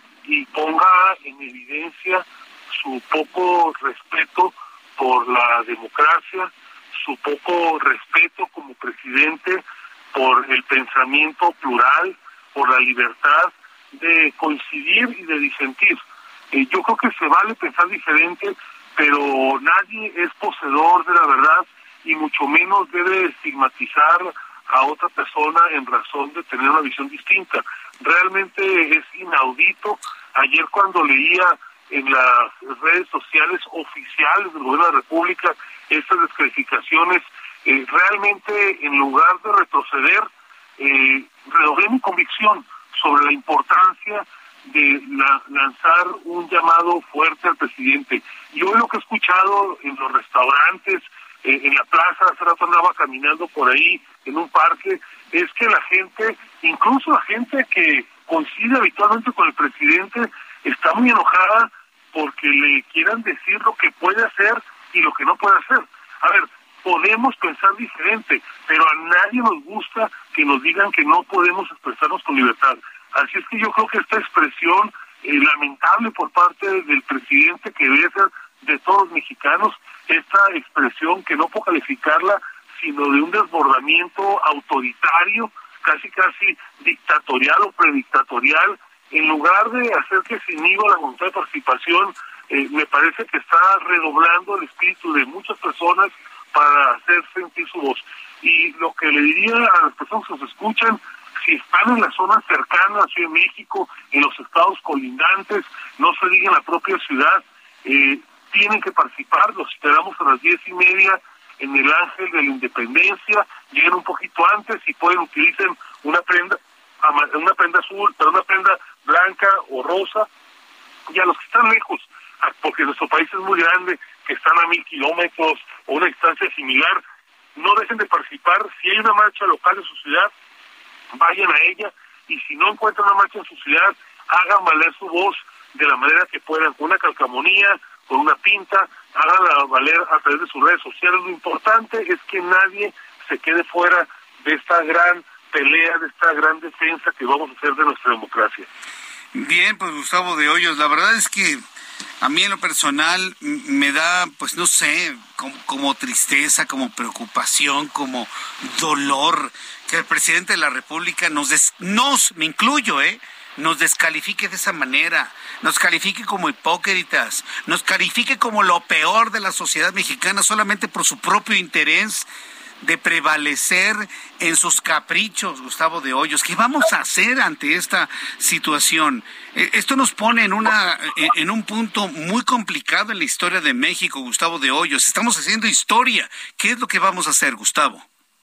y ponga en evidencia su poco respeto por la democracia, su poco respeto como presidente por el pensamiento plural, por la libertad de coincidir y de disentir. Eh, yo creo que se vale pensar diferente, pero nadie es poseedor de la verdad y mucho menos debe estigmatizar a otra persona en razón de tener una visión distinta. Realmente es inaudito. Ayer cuando leía en las redes sociales oficiales del Gobierno de la República estas descalificaciones, eh, realmente en lugar de retroceder, eh, redoblé mi convicción sobre la importancia de la, lanzar un llamado fuerte al presidente. Y hoy lo que he escuchado en los restaurantes, eh, en la plaza, hace rato andaba caminando por ahí, en un parque, es que la gente, incluso la gente que coincide habitualmente con el presidente, está muy enojada porque le quieran decir lo que puede hacer y lo que no puede hacer. A ver, podemos pensar diferente, pero a nadie nos gusta que nos digan que no podemos expresarnos con libertad. Así es que yo creo que esta expresión eh, lamentable por parte del presidente, que debe ser de todos los mexicanos, esta expresión que no puedo calificarla sino de un desbordamiento autoritario, casi casi dictatorial o predictatorial, en lugar de hacer que se inhiba la voluntad de participación, eh, me parece que está redoblando el espíritu de muchas personas para hacer sentir su voz. Y lo que le diría a las personas que nos escuchan, si están en la zona cercana a Ciudad de México, en los estados colindantes, no se diga en la propia ciudad, eh, tienen que participar. Los esperamos a las diez y media en el Ángel de la Independencia. Lleguen un poquito antes y pueden utilicen una prenda una prenda azul, pero una prenda blanca o rosa. Y a los que están lejos, porque nuestro país es muy grande, que están a mil kilómetros o una distancia similar, no dejen de participar. Si hay una marcha local en su ciudad, vayan a ella, y si no encuentran una marcha en su ciudad, hagan valer su voz de la manera que puedan, con una calcamonía, con una pinta, háganla valer a través de sus redes sociales. Lo importante es que nadie se quede fuera de esta gran pelea, de esta gran defensa que vamos a hacer de nuestra democracia. Bien, pues Gustavo de Hoyos, la verdad es que a mí en lo personal me da, pues no sé, como, como tristeza, como preocupación, como dolor que el presidente de la República nos, des, nos, me incluyo, ¿eh? nos descalifique de esa manera, nos califique como hipócritas, nos califique como lo peor de la sociedad mexicana solamente por su propio interés de prevalecer en sus caprichos, Gustavo de Hoyos. ¿Qué vamos a hacer ante esta situación? Esto nos pone en una en un punto muy complicado en la historia de México, Gustavo de Hoyos. Estamos haciendo historia. ¿Qué es lo que vamos a hacer, Gustavo?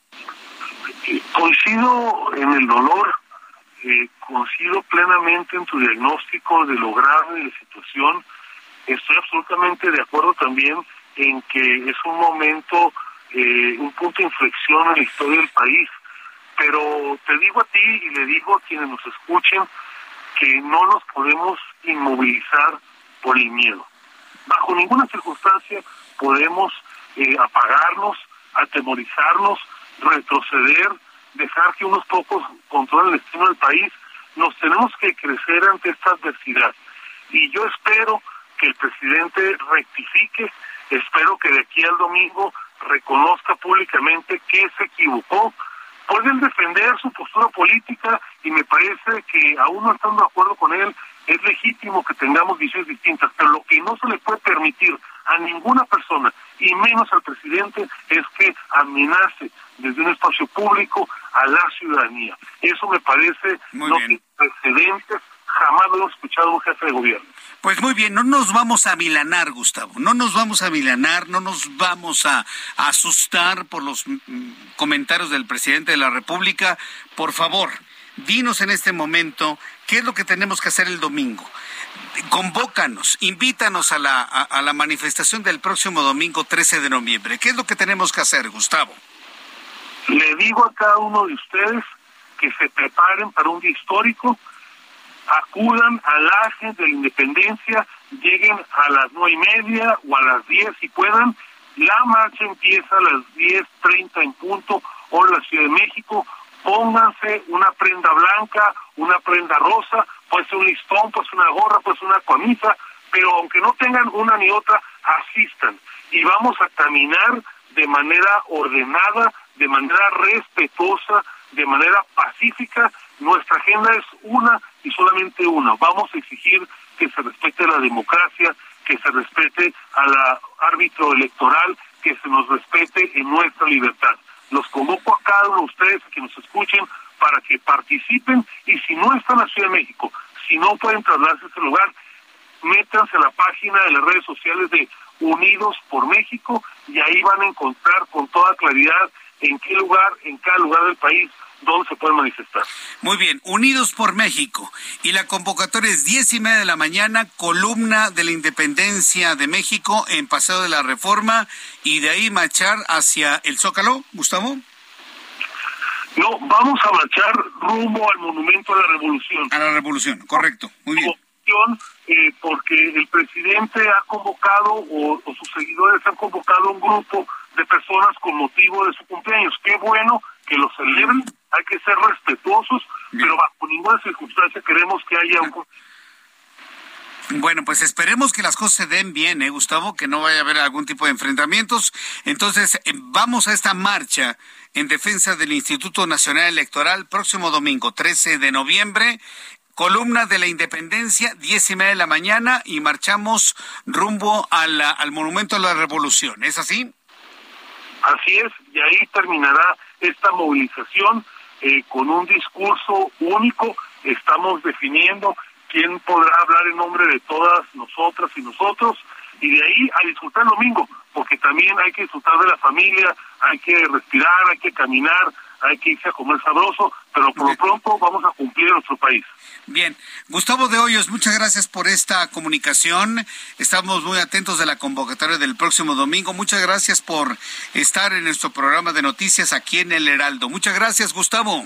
Coincido en el dolor, eh, coincido plenamente en tu diagnóstico de lo grave de la situación. Estoy absolutamente de acuerdo también en que es un momento, eh, un punto de inflexión en la historia del país. Pero te digo a ti y le digo a quienes nos escuchen que no nos podemos inmovilizar por el miedo. Bajo ninguna circunstancia podemos eh, apagarnos, atemorizarnos, retroceder, dejar que unos pocos controlen el destino del país. Nos tenemos que crecer ante esta adversidad. Y yo espero que que el presidente rectifique. Espero que de aquí al domingo reconozca públicamente que se equivocó. Pueden defender su postura política y me parece que aún no estando de acuerdo con él, es legítimo que tengamos visiones distintas, pero lo que no se le puede permitir a ninguna persona, y menos al presidente, es que amenace desde un espacio público a la ciudadanía. Eso me parece muy no bien. tiene precedentes, jamás lo hemos escuchado un jefe de gobierno. Pues muy bien, no nos vamos a amilanar, Gustavo, no nos vamos a amilanar, no nos vamos a, a asustar por los mm, comentarios del presidente de la República. Por favor, dinos en este momento qué es lo que tenemos que hacer el domingo. Convócanos, invítanos a la, a, a la manifestación del próximo domingo trece de noviembre. ¿Qué es lo que tenemos que hacer, Gustavo? Le digo a cada uno de ustedes que se preparen para un día histórico, acudan al Ángel de la Independencia, lleguen a las nueve y media o a las diez si puedan. La marcha empieza a las diez treinta en punto, hora de la Ciudad de México. Pónganse una prenda blanca, una prenda rosa, puede ser un listón, puede ser una gorra, puede ser una camisa, pero aunque no tengan una ni otra, asistan. Y vamos a caminar de manera ordenada, de manera respetuosa, de manera pacífica. Nuestra agenda es una y solamente una. Vamos a exigir que se respete la democracia, que se respete al árbitro electoral, que se nos respete en nuestra libertad. Los convoco a cada uno de ustedes que nos escuchen para que participen, y si no están en la Ciudad de México, si no pueden trasladarse a ese lugar, métanse a la página de las redes sociales de Unidos por México y ahí van a encontrar con toda claridad en qué lugar, en cada lugar del país, donde se pueden manifestar. Muy bien, Unidos por México. Y la convocatoria es diez y media de la mañana, columna de la Independencia de México en Paseo de la Reforma, y de ahí marchar hacia el Zócalo, Gustavo. No, vamos a marchar rumbo al Monumento a la Revolución. A la Revolución, correcto, muy bien. Eh, porque el presidente ha convocado, o, o sus seguidores han convocado un grupo de personas con motivo de su cumpleaños. Qué bueno que lo celebren, hay que ser respetuosos, bien, pero bajo ninguna circunstancia queremos que haya un... Bueno, pues esperemos que las cosas se den bien, ¿eh, Gustavo? Que no vaya a haber algún tipo de enfrentamientos. Entonces, eh, vamos a esta marcha en defensa del Instituto Nacional Electoral, próximo domingo, trece de noviembre, columna de la Independencia, diez y media de la mañana, y marchamos rumbo a la, al Monumento a la Revolución. ¿Es así? Así es, y ahí terminará esta movilización eh, con un discurso único. Estamos definiendo quién podrá hablar en nombre de todas nosotras y nosotros, y de ahí a disfrutar el domingo, porque también hay que disfrutar de la familia, hay que respirar, hay que caminar, hay que irse a comer sabroso, pero por lo pronto vamos a cumplir en nuestro país. Bien, Gustavo de Hoyos, muchas gracias por esta comunicación. Estamos muy atentos de la convocatoria del próximo domingo. Muchas gracias por estar en nuestro programa de noticias aquí en El Heraldo. Muchas gracias, Gustavo.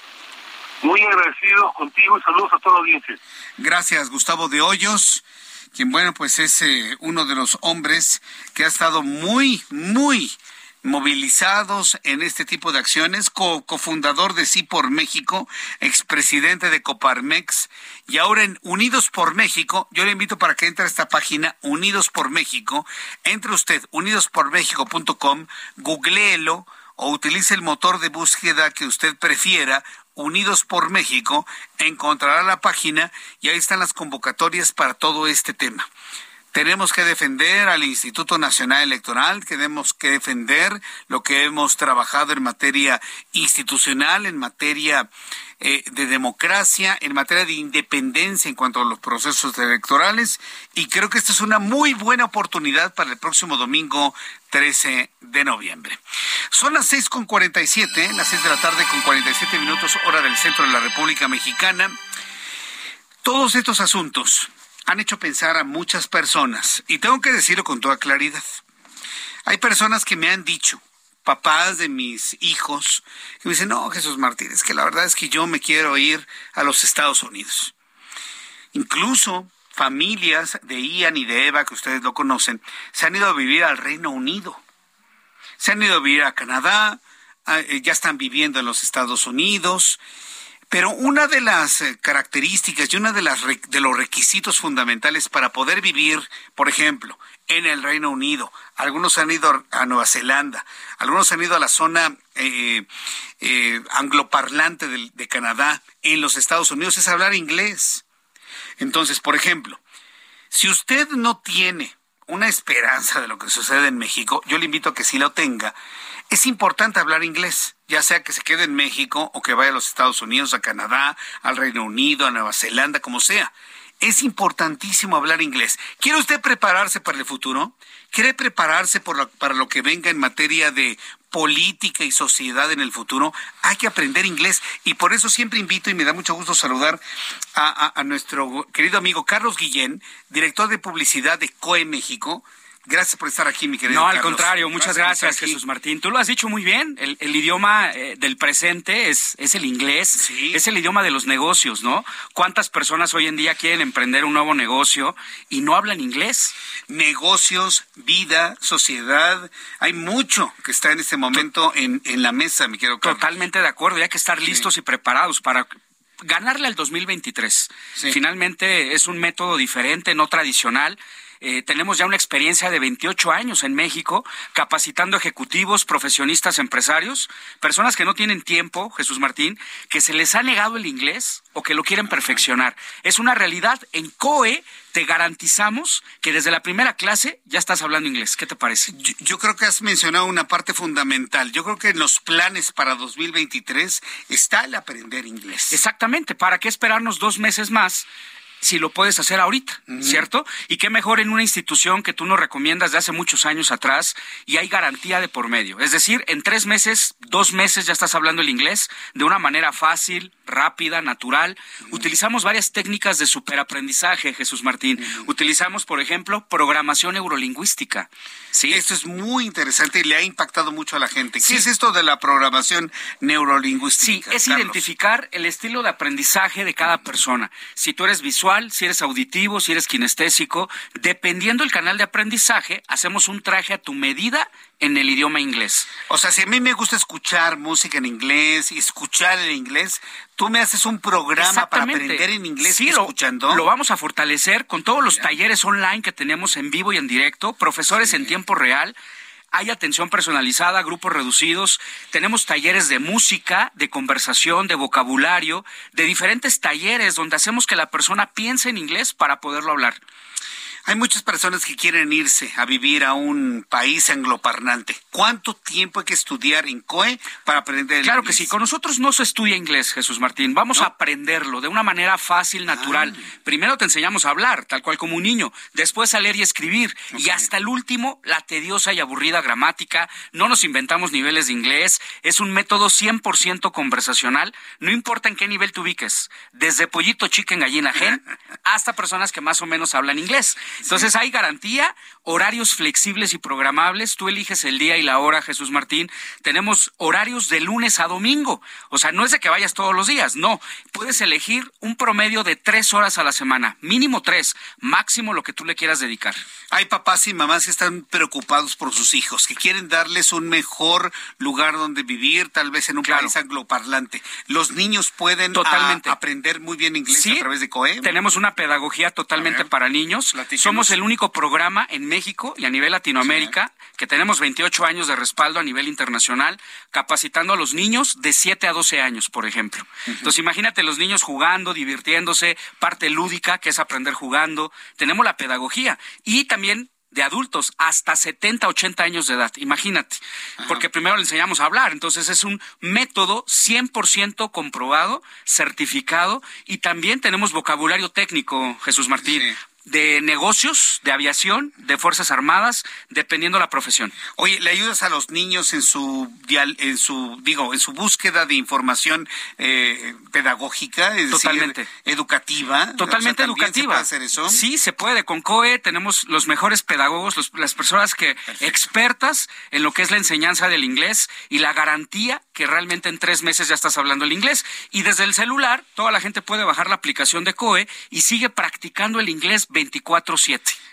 Muy agradecido contigo y saludos a toda la audiencia. Gracias, Gustavo de Hoyos, quien, bueno, pues es eh, uno de los hombres que ha estado muy, muy movilizados en este tipo de acciones, co- cofundador de Sí por México, expresidente de Coparmex, y ahora en Unidos por México. Yo le invito para que entre a esta página, Unidos por México, entre usted, unidos por méxico punto com, googléelo o utilice el motor de búsqueda que usted prefiera, Unidos por México, encontrará la página y ahí están las convocatorias para todo este tema. Tenemos que defender al Instituto Nacional Electoral, tenemos que defender lo que hemos trabajado en materia institucional, en materia eh, de democracia, en materia de independencia en cuanto a los procesos electorales, y creo que esta es una muy buena oportunidad para el próximo domingo trece de noviembre. Son las seis con cuarenta y siete, las seis de la tarde con cuarenta y siete minutos, hora del centro de la República Mexicana. Todos estos asuntos han hecho pensar a muchas personas, y tengo que decirlo con toda claridad. Hay personas que me han dicho, papás de mis hijos, que me dicen, no, Jesús Martínez, que la verdad es que yo me quiero ir a los Estados Unidos. Incluso familias de Ian y de Eva, que ustedes lo conocen, se han ido a vivir al Reino Unido. Se han ido a vivir a Canadá, ya están viviendo en los Estados Unidos. Pero una de las características y una de las de los requisitos fundamentales para poder vivir, por ejemplo, en el Reino Unido, algunos han ido a Nueva Zelanda, algunos han ido a la zona eh, eh, angloparlante de, de Canadá, en los Estados Unidos, es hablar inglés. Entonces, por ejemplo, si usted no tiene una esperanza de lo que sucede en México, yo le invito a que sí lo tenga. Es importante hablar inglés, ya sea que se quede en México o que vaya a los Estados Unidos, a Canadá, al Reino Unido, a Nueva Zelanda, como sea. Es importantísimo hablar inglés. ¿Quiere usted prepararse para el futuro? ¿Quiere prepararse por lo, para lo que venga en materia de política y sociedad en el futuro? Hay que aprender inglés y por eso siempre invito y me da mucho gusto saludar a, a, a nuestro querido amigo Carlos Guillén, director de publicidad de C O E México. Gracias por estar aquí, mi querido No, Carlos. al contrario, muchas gracias, gracias Jesús Martín. Tú lo has dicho muy bien, el, el idioma eh, del presente es, es el inglés, sí. Es el idioma de los negocios, ¿no? ¿Cuántas personas hoy en día quieren emprender un nuevo negocio y no hablan inglés? Negocios, vida, sociedad, hay mucho que está en este momento en, en la mesa, mi querido Carlos. Totalmente de acuerdo, y hay que estar listos sí. y preparados para ganarle al dos mil veintitrés. Sí. Finalmente es un método diferente, no tradicional. Eh, tenemos ya una experiencia de veintiocho años en México capacitando ejecutivos, profesionistas, empresarios, personas que no tienen tiempo, Jesús Martín, que se les ha negado el inglés o que lo quieren perfeccionar. Es una realidad. En C O E te garantizamos que desde la primera clase ya estás hablando inglés. ¿Qué te parece? Yo, yo creo que has mencionado una parte fundamental. Yo creo que en los planes para dos mil veintitrés está el aprender inglés. Exactamente. ¿Para qué esperarnos dos meses más si lo puedes hacer ahorita, uh-huh. ¿cierto? Y qué mejor en una institución que tú nos recomiendas de hace muchos años atrás y hay garantía de por medio. Es decir, en tres meses, dos meses ya estás hablando el inglés de una manera fácil, rápida, natural. Uh-huh. Utilizamos varias técnicas de superaprendizaje, Jesús Martín. Uh-huh. Utilizamos, por ejemplo, programación neurolingüística. ¿Sí? Esto es muy interesante y le ha impactado mucho a la gente. ¿Qué sí. es esto de la programación neurolingüística? Sí, es Carlos? identificar el estilo de aprendizaje de cada persona. Si tú eres visual, si eres auditivo, si eres kinestésico, dependiendo del canal de aprendizaje, hacemos un traje a tu medida en el idioma inglés. O sea, si a mí me gusta escuchar música en inglés y escuchar en inglés, tú me haces un programa para aprender en inglés sí, escuchando. Lo, lo vamos a fortalecer con todos los talleres online que tenemos en vivo y en directo, profesores sí. en tiempo real. Hay atención personalizada, grupos reducidos, tenemos talleres de música, de conversación, de vocabulario, de diferentes talleres donde hacemos que la persona piense en inglés para poderlo hablar. Hay muchas personas que quieren irse a vivir a un país angloparlante. ¿Cuánto tiempo hay que estudiar en C O E para aprender el Claro inglés? que sí. Con nosotros no se estudia inglés, Jesús Martín. Vamos ¿No? a aprenderlo de una manera fácil, natural. Ah. Primero te enseñamos a hablar, tal cual como un niño. Después a leer y escribir. Okay. Y hasta el último, la tediosa y aburrida gramática. No nos inventamos niveles de inglés. Es un método cien por ciento conversacional. No importa en qué nivel te ubiques. Desde pollito, chicken, gallina, gen, hasta personas que más o menos hablan inglés. Entonces sí. hay garantía, horarios flexibles y programables. Tú eliges el día y la hora, Jesús Martín. Tenemos horarios de lunes a domingo. O sea, no es de que vayas todos los días, no. Puedes elegir un promedio de tres horas a la semana. Mínimo tres, máximo lo que tú le quieras dedicar. Hay papás y mamás que están preocupados por sus hijos, que quieren darles un mejor lugar donde vivir, tal vez en un claro. país angloparlante. ¿Los niños pueden Totalmente. A, aprender muy bien inglés sí, a través de C O E? Tenemos una pedagogía totalmente para niños. Platíquenos. Somos el único programa en México y a nivel Latinoamérica sí. que tenemos veintiocho años de respaldo a nivel internacional, capacitando a los niños de siete a doce años, por ejemplo. Uh-huh. Entonces, imagínate los niños jugando, divirtiéndose, parte lúdica, que es aprender jugando. Tenemos la pedagogía y también de adultos hasta setenta, ochenta años de edad, imagínate, Ajá. porque primero le enseñamos a hablar, entonces es un método cien por ciento comprobado, certificado, y también tenemos vocabulario técnico, Jesús Martín, sí. de negocios, de aviación, de Fuerzas Armadas, dependiendo la profesión. Oye, ¿le ayudas a los niños en su en su digo en su búsqueda de información eh, pedagógica, es Totalmente. decir, educativa? Totalmente o sea, educativa. ¿Se puede hacer eso? Sí, se puede. Con C O E tenemos los mejores pedagogos, los, las personas que Perfecto. expertas en lo que es la enseñanza del inglés y la garantía que realmente en tres meses ya estás hablando el inglés. Y desde el celular, toda la gente puede bajar la aplicación de C O E y sigue practicando el inglés veinticuatro siete.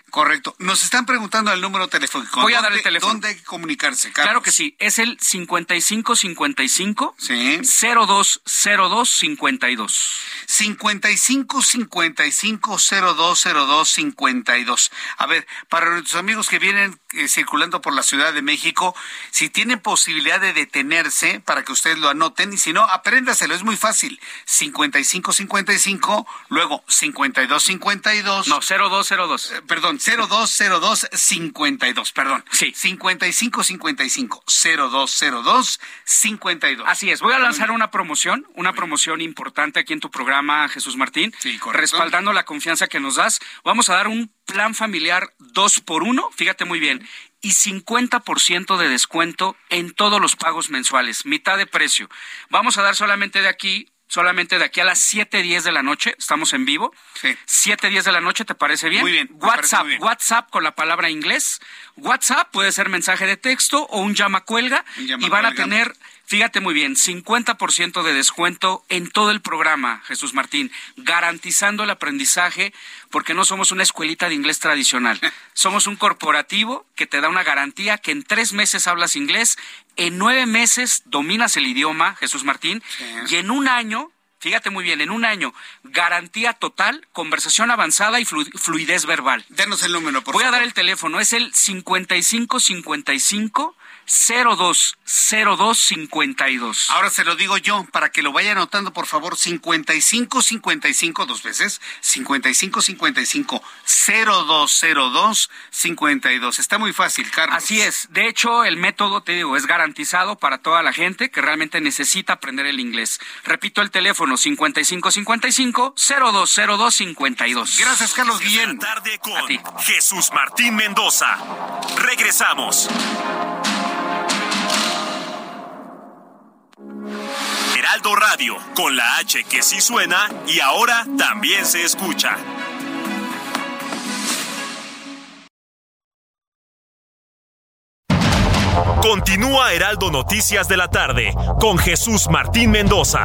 Correcto. Nos están preguntando el número telefónico. Voy a dar el teléfono. ¿Dónde hay que comunicarse, Carlos? Claro que sí. Es el cincuenta y cinco cincuenta y cinco sí. cero dos cero dos cincuenta y dos. cincuenta y cinco cincuenta y cinco cero dos cero dos cincuenta y dos. A ver, para nuestros amigos que vienen eh, circulando por la Ciudad de México, si tienen posibilidad de detenerse para que ustedes lo anoten, y si no, apréndaselo, es muy fácil. cincuenta y cinco cincuenta y cinco, luego cincuenta y dos cincuenta y dos. No, cero dos cero dos. Eh, perdón, cero dos cero dos cincuenta y dos, perdón. Sí. cincuenta y cinco cincuenta y cinco cero dos cero dos cincuenta y dos. Así es, voy a lanzar una promoción, una promoción importante aquí en tu programa, Jesús Martín. Sí, correcto. Respaldando la confianza que nos das. Vamos a dar un plan familiar dos por uno, fíjate muy bien, y cincuenta por ciento de descuento en todos los pagos mensuales, mitad de precio. Vamos a dar solamente de aquí... Solamente de aquí a las siete diez de la noche, estamos en vivo. Sí. siete diez de la noche, ¿te parece bien? Muy bien. WhatsApp, muy bien. WhatsApp con la palabra inglés. WhatsApp puede ser mensaje de texto o un llama cuelga. Un llama y van cuelga. a tener, fíjate muy bien, cincuenta por ciento de descuento en todo el programa, Jesús Martín, garantizando el aprendizaje, porque no somos una escuelita de inglés tradicional. Somos un corporativo que te da una garantía que en tres meses hablas inglés, en nueve meses dominas el idioma, Jesús Martín, Sí. y en un año, fíjate muy bien, en un año, garantía total, conversación avanzada y flu- fluidez verbal. Denos el número, por Voy favor. a dar el teléfono, es el cincuenta y cinco cincuenta y cinco cero dos cero dos cincuenta y dos. Ahora se lo digo yo, para que lo vaya anotando, por favor, cincuenta y cinco cincuenta y cinco, dos veces, cincuenta y cinco cincuenta y cinco cero dos cero dos cincuenta y dos. Está muy fácil, Carlos. Así es. De hecho, el método, te digo, es garantizado para toda la gente que realmente necesita aprender el inglés. Repito el teléfono, cincuenta y cinco cincuenta y cinco cero dos cero dos cincuenta y dos. Gracias, Carlos Guillén. Tarde con Jesús Martín Mendoza. Regresamos. Heraldo Radio, con la H que sí suena y ahora también se escucha. Continúa Heraldo Noticias de la tarde con Jesús Martín Mendoza.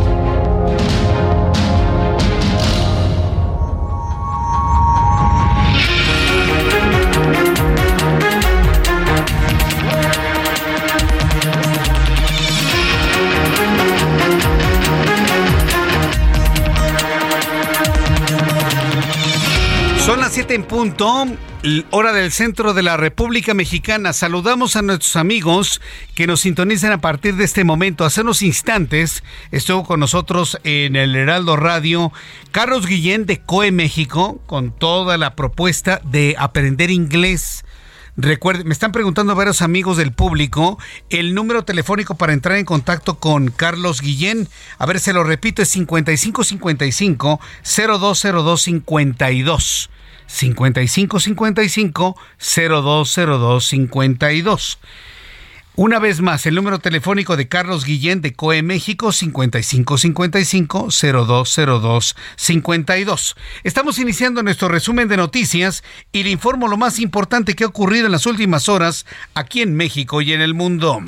Son las siete en punto, hora del centro de la República Mexicana. Saludamos a nuestros amigos que nos sintonizan a partir de este momento. Hace unos instantes estuvo con nosotros en el Heraldo Radio Carlos Guillén de C O E México con toda la propuesta de aprender inglés. Recuerden, me están preguntando varios amigos del público el número telefónico para entrar en contacto con Carlos Guillén. A ver, se lo repito, es cincuenta y cinco cincuenta y cinco cero dos cero dos cincuenta y dos. cincuenta y cinco cincuenta y cinco cero dos cero dos cincuenta y dos. Una vez más, el número telefónico de Carlos Guillén de C O E México, cincuenta y cinco cincuenta y cinco cero dos cero dos cincuenta y dos. Estamos iniciando nuestro resumen de noticias y le informo lo más importante que ha ocurrido en las últimas horas aquí en México y en el mundo.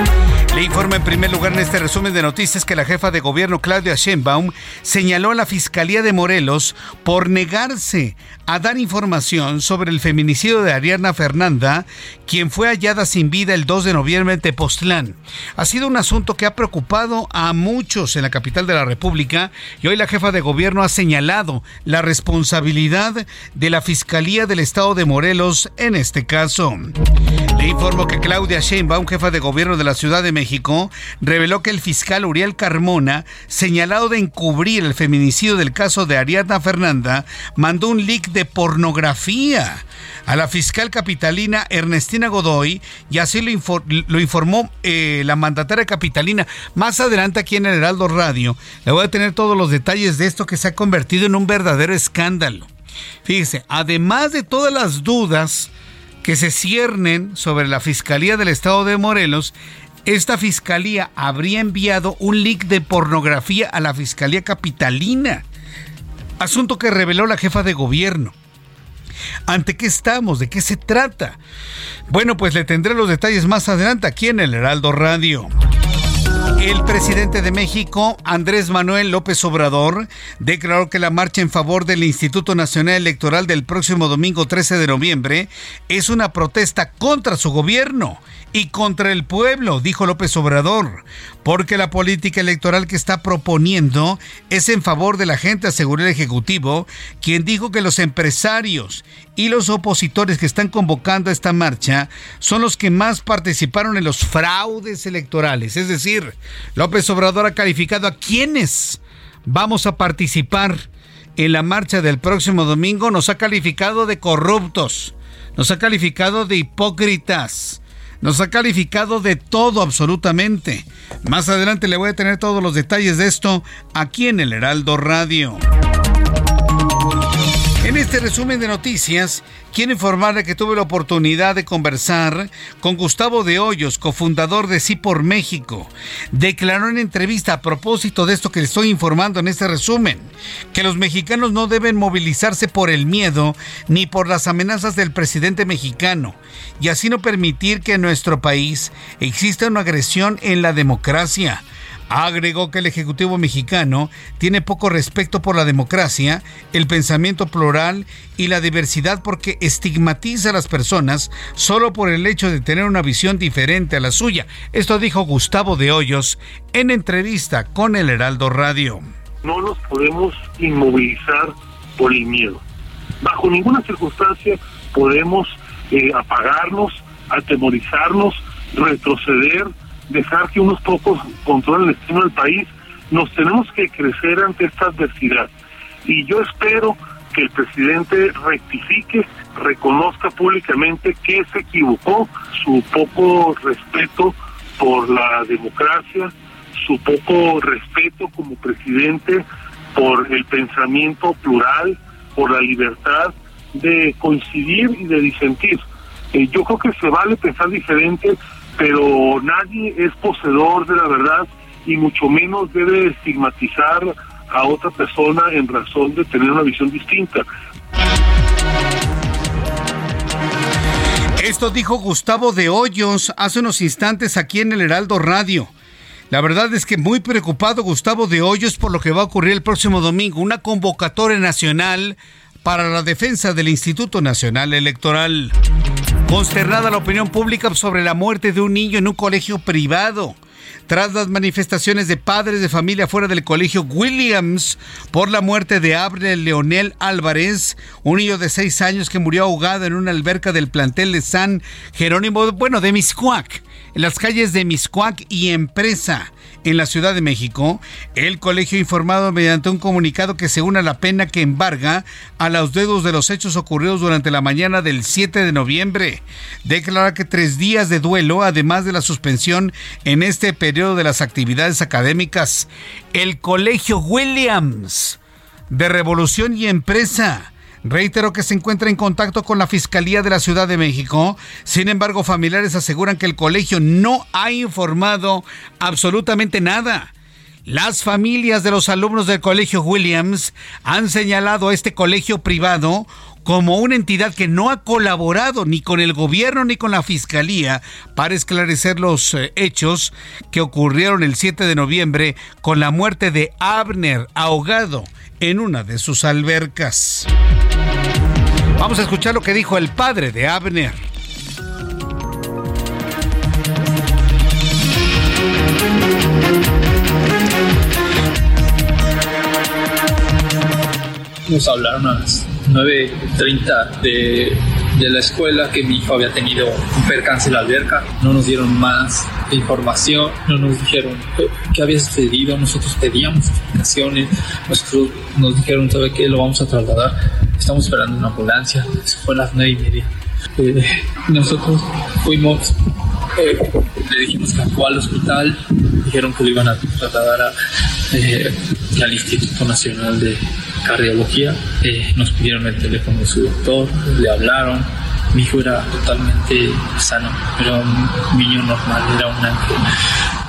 Le informo en primer lugar en este resumen de noticias que la jefa de gobierno Claudia Sheinbaum señaló a la Fiscalía de Morelos por negarse a dar información sobre el feminicidio de Ariadna Fernanda, quien fue hallada sin vida el dos de noviembre en Tepoztlán. Ha sido un asunto que ha preocupado a muchos en la capital de la República y hoy la jefa de gobierno ha señalado la responsabilidad de la Fiscalía del Estado de Morelos en este caso. Le informo que Claudia Sheinbaum, jefa de gobierno de la Ciudad de México, reveló que el fiscal Uriel Carmona, señalado de encubrir el feminicidio del caso de Ariadna Fernanda, mandó un leak de pornografía a la fiscal capitalina Ernestina Godoy y así lo, infor- lo informó eh, la mandataria capitalina. Más adelante aquí en el Heraldo Radio le voy a tener todos los detalles de esto que se ha convertido en un verdadero escándalo. Fíjese, además de todas las dudas que se ciernen sobre la Fiscalía del Estado de Morelos, esta fiscalía habría enviado un leak de pornografía a la Fiscalía Capitalina, asunto que reveló la jefa de gobierno. ¿Ante qué estamos? ¿De qué se trata? Bueno, pues le tendré los detalles más adelante aquí en el Heraldo Radio. El presidente de México, Andrés Manuel López Obrador, declaró que la marcha en favor del Instituto Nacional Electoral del próximo domingo trece de noviembre es una protesta contra su gobierno y contra el pueblo, dijo López Obrador, porque la política electoral que está proponiendo es en favor de la gente, aseguró el Ejecutivo, quien dijo que los empresarios y los opositores que están convocando a esta marcha son los que más participaron en los fraudes electorales. Es decir, López Obrador ha calificado a quienes vamos a participar en la marcha del próximo domingo, nos ha calificado de corruptos, nos ha calificado de hipócritas, nos ha calificado de todo absolutamente. Más adelante le voy a tener todos los detalles de esto aquí en el Heraldo Radio. En este resumen de noticias, quiero informarle que tuve la oportunidad de conversar con Gustavo de Hoyos, cofundador de Sí por México. Declaró en entrevista a propósito de esto que le estoy informando en este resumen, que los mexicanos no deben movilizarse por el miedo ni por las amenazas del presidente mexicano y así no permitir que en nuestro país exista una agresión en la democracia. Agregó que el Ejecutivo mexicano tiene poco respeto por la democracia, el pensamiento plural y la diversidad porque estigmatiza a las personas solo por el hecho de tener una visión diferente a la suya. Esto dijo Gustavo de Hoyos en entrevista con el Heraldo Radio. No nos podemos inmovilizar por el miedo. Bajo ninguna circunstancia podemos eh, apagarnos, atemorizarnos, retroceder, dejar que unos pocos controlen el destino del país. Nos tenemos que crecer ante esta adversidad y yo espero que el presidente rectifique, reconozca públicamente que se equivocó, su poco respeto por la democracia, su poco respeto como presidente por el pensamiento plural, por la libertad de coincidir y de disentir. Eh, yo creo que se vale pensar diferente, pero nadie es poseedor de la verdad y mucho menos debe estigmatizar a otra persona en razón de tener una visión distinta. Esto dijo Gustavo de Hoyos hace unos instantes aquí en el Heraldo Radio. La verdad es que muy preocupado Gustavo de Hoyos por lo que va a ocurrir el próximo domingo, una convocatoria nacional para la defensa del Instituto Nacional Electoral. Consternada la opinión pública sobre la muerte de un niño en un colegio privado. Tras las manifestaciones de padres de familia fuera del colegio Williams por la muerte de Abner Leonel Álvarez, un niño de seis años que murió ahogado en una alberca del plantel de San Jerónimo, bueno, de Mixcoac, en las calles de Mixcoac y Empresa, en la Ciudad de México, el colegio ha informado mediante un comunicado que se une a la pena que embarga a los dedos de los hechos ocurridos durante la mañana del siete de noviembre. Declara que tres días de duelo, además de la suspensión en este periodo de las actividades académicas. El colegio Williams de Revolución y Empresa reiteró que se encuentra en contacto con la Fiscalía de la Ciudad de México. Sin embargo, familiares aseguran que el colegio no ha informado absolutamente nada. Las familias de los alumnos del colegio Williams han señalado a este colegio privado como una entidad que no ha colaborado ni con el gobierno ni con la Fiscalía para esclarecer los eh, hechos que ocurrieron el siete de noviembre con la muerte de Abner ahogado en una de sus albercas. Vamos a escuchar lo que dijo el padre de Abner. Nos hablaron a las nueve treinta de, de la escuela que mi hijo había tenido un percance en la alberca. No nos dieron más información, no nos dijeron qué, qué había sucedido. Nosotros pedíamos explicaciones, nosotros nos dijeron, ¿sabe qué? Lo vamos a trasladar, estamos esperando una ambulancia. Eso fue a las nueve y media. Eh, nosotros fuimos, eh, le dijimos que fue al hospital, dijeron que lo iban a trasladar a, eh, al Instituto Nacional de Cardiología. Eh, nos pidieron el teléfono de su doctor, le hablaron. Mi hijo era totalmente sano, era un niño normal, era un ángel.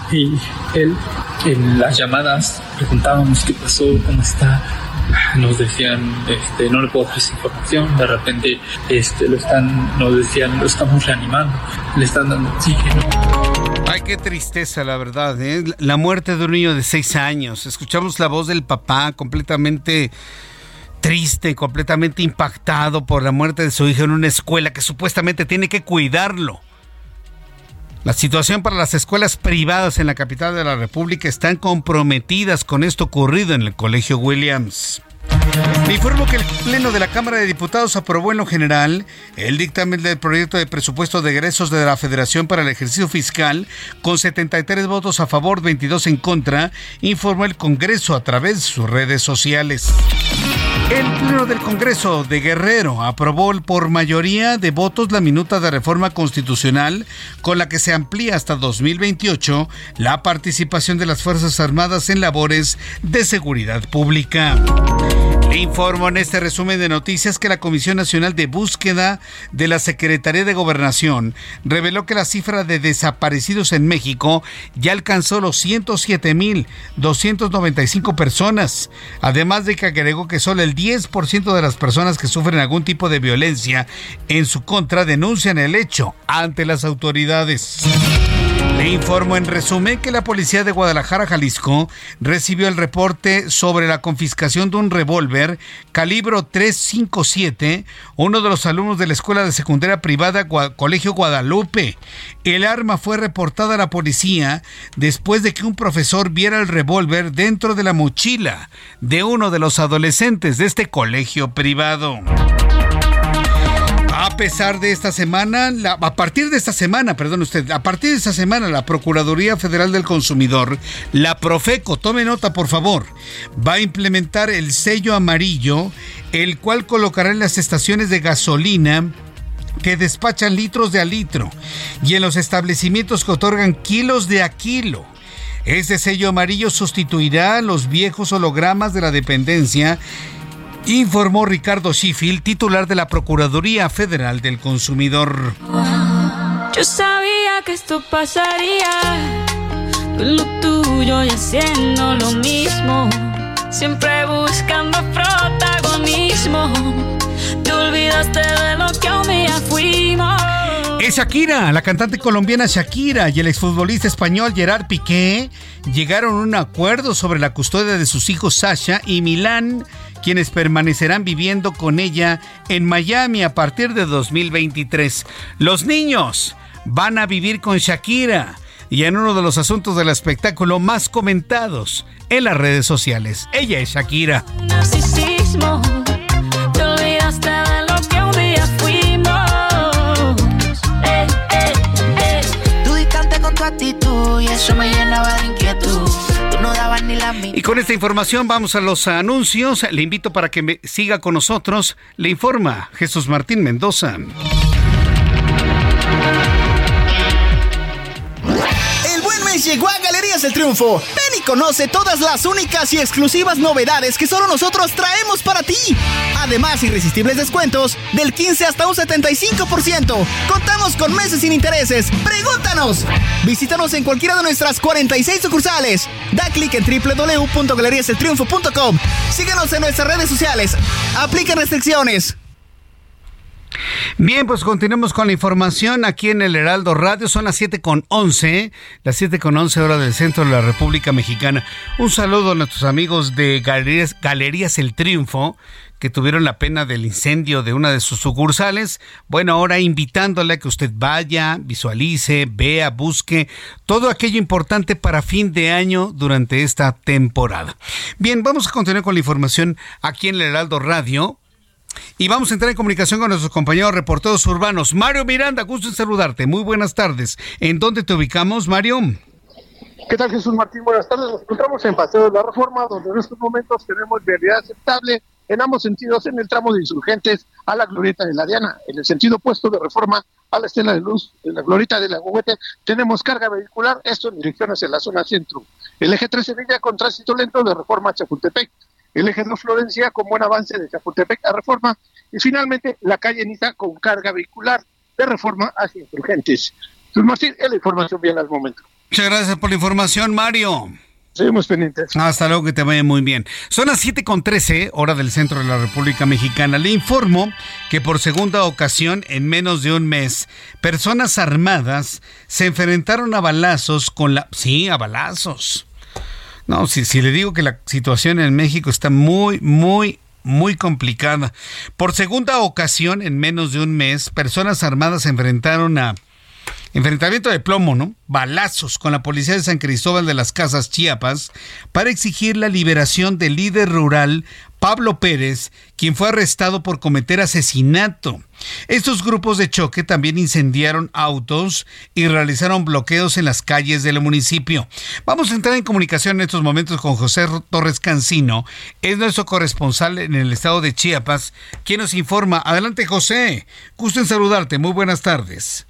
Y él, en las llamadas, preguntábamos qué pasó, cómo está. Nos decían, este, no le puedo dar esa información. De repente, este, lo están, nos decían, lo estamos reanimando, le están dando oxígeno. Ay, qué tristeza, la verdad, ¿eh? La muerte de un niño de seis años. Escuchamos la voz del papá completamente triste, completamente impactado por la muerte de su hijo en una escuela que supuestamente tiene que cuidarlo. La situación para las escuelas privadas en la capital de la República están comprometidas con esto ocurrido en el Colegio Williams. Me informo que el Pleno de la Cámara de Diputados aprobó en lo general el dictamen del proyecto de presupuesto de egresos de la Federación para el ejercicio fiscal con setenta y tres votos a favor, veintidós en contra, informó el Congreso a través de sus redes sociales. El Pleno del Congreso de Guerrero aprobó por mayoría de votos la minuta de reforma constitucional con la que se amplía hasta dos mil veintiocho la participación de las Fuerzas Armadas en labores de seguridad pública. Le informo en este resumen de noticias que la Comisión Nacional de Búsqueda de la Secretaría de Gobernación reveló que la cifra de desaparecidos en México ya alcanzó los ciento siete mil doscientas noventa y cinco personas, además de que agregó que solo el diez por ciento de las personas que sufren algún tipo de violencia en su contra denuncian el hecho ante las autoridades. Le informo en resumen que la policía de Guadalajara, Jalisco, recibió el reporte sobre la confiscación de un revólver calibre tres cinco siete, uno de los alumnos de la escuela de secundaria privada Gua- Colegio Guadalupe. El arma fue reportada a la policía después de que un profesor viera el revólver dentro de la mochila de uno de los adolescentes de este colegio privado. A pesar de esta semana, la, a partir de esta semana, perdón usted, a partir de esta semana, la Procuraduría Federal del Consumidor, la Profeco, tome nota por favor, va a implementar el sello amarillo, el cual colocará en las estaciones de gasolina que despachan litros de a litro y en los establecimientos que otorgan kilos de a kilo. Este sello amarillo sustituirá los viejos hologramas de la dependencia, informó Ricardo Sheffield, titular de la Procuraduría Federal del Consumidor. Yo sabía que esto pasaría, tú lo tuyo y haciendo lo mismo, siempre buscando protagonismo, te olvidaste de lo que un día fuimos. Es Shakira, la cantante colombiana Shakira y el exfutbolista español Gerard Piqué llegaron a un acuerdo sobre la custodia de sus hijos Sasha y Milán, quienes permanecerán viviendo con ella en Miami a partir de dos mil veintitrés. Los niños van a vivir con Shakira y en uno de los asuntos del espectáculo más comentados en las redes sociales. Ella es Shakira. Narcisismo, te olvidaste de lo que un día fuimos. Eh, eh, eh. Tú distante con tu actitud y eso me llenaba de inquietud. Tú no dabas ni la mitad. Y con esta información vamos a los anuncios. Le invito para que me siga con nosotros. Le informa Jesús Martín Mendoza. Llegó a Galerías El Triunfo. Ven y conoce todas las únicas y exclusivas novedades que solo nosotros traemos para ti. Además, irresistibles descuentos del quince hasta un setenta y cinco por ciento. Contamos con meses sin intereses. ¡Pregúntanos! Visítanos en cualquiera de nuestras cuarenta y seis sucursales. Da clic en doble u doble u doble u punto galerías el triunfo punto com. Síguenos en nuestras redes sociales. Aplican restricciones. Bien, pues continuemos con la información aquí en el Heraldo Radio. Son las siete con once, las siete con once hora del centro de la República Mexicana. Un saludo a nuestros amigos de Galerías, Galerías El Triunfo, que tuvieron la pena del incendio de una de sus sucursales. Bueno, ahora invitándole a que usted vaya, visualice, vea, busque todo aquello importante para fin de año durante esta temporada. Bien, vamos a continuar con la información aquí en el Heraldo Radio. Y vamos a entrar en comunicación con nuestros compañeros reporteros urbanos. Mario Miranda, gusto en saludarte. Muy buenas tardes. ¿En dónde te ubicamos, Mario? ¿Qué tal, Jesús Martín? Buenas tardes. Nos encontramos en Paseo de la Reforma, donde en estos momentos tenemos vialidad aceptable en ambos sentidos, en el tramo de Insurgentes a la Glorieta de la Diana. En el sentido opuesto de Reforma a la Estela de Luz, en la Glorieta de la Huehuete, tenemos carga vehicular, esto en dirección hacia la zona centro. El eje tres Sevilla con tránsito lento de Reforma a Chapultepec. El eje dos Florencia con buen avance de Chapultepec a Reforma, y finalmente la calle Niza con carga vehicular de Reforma hacia Insurgentes. Jesús Martín, es la información bien al momento. Muchas gracias por la información, Mario. Seguimos pendientes. Hasta luego, que te vaya muy bien. Son las siete con trece, hora del centro de la República Mexicana. Le informo que por segunda ocasión en menos de un mes, personas armadas se enfrentaron a balazos con la... Sí, a balazos. No, si, si le digo que la situación en México está muy, muy, muy complicada. Por segunda ocasión en menos de un mes, personas armadas se enfrentaron a... Enfrentamiento de plomo, ¿no? Balazos con la policía de San Cristóbal de las Casas, Chiapas, para exigir la liberación del líder rural Pablo Pérez, quien fue arrestado por cometer asesinato. Estos grupos de choque también incendiaron autos y realizaron bloqueos en las calles del municipio. Vamos a entrar en comunicación en estos momentos con José Torres Cancino, es nuestro corresponsal en el estado de Chiapas, quien nos informa. Adelante, José. Gusto en saludarte. Muy buenas tardes.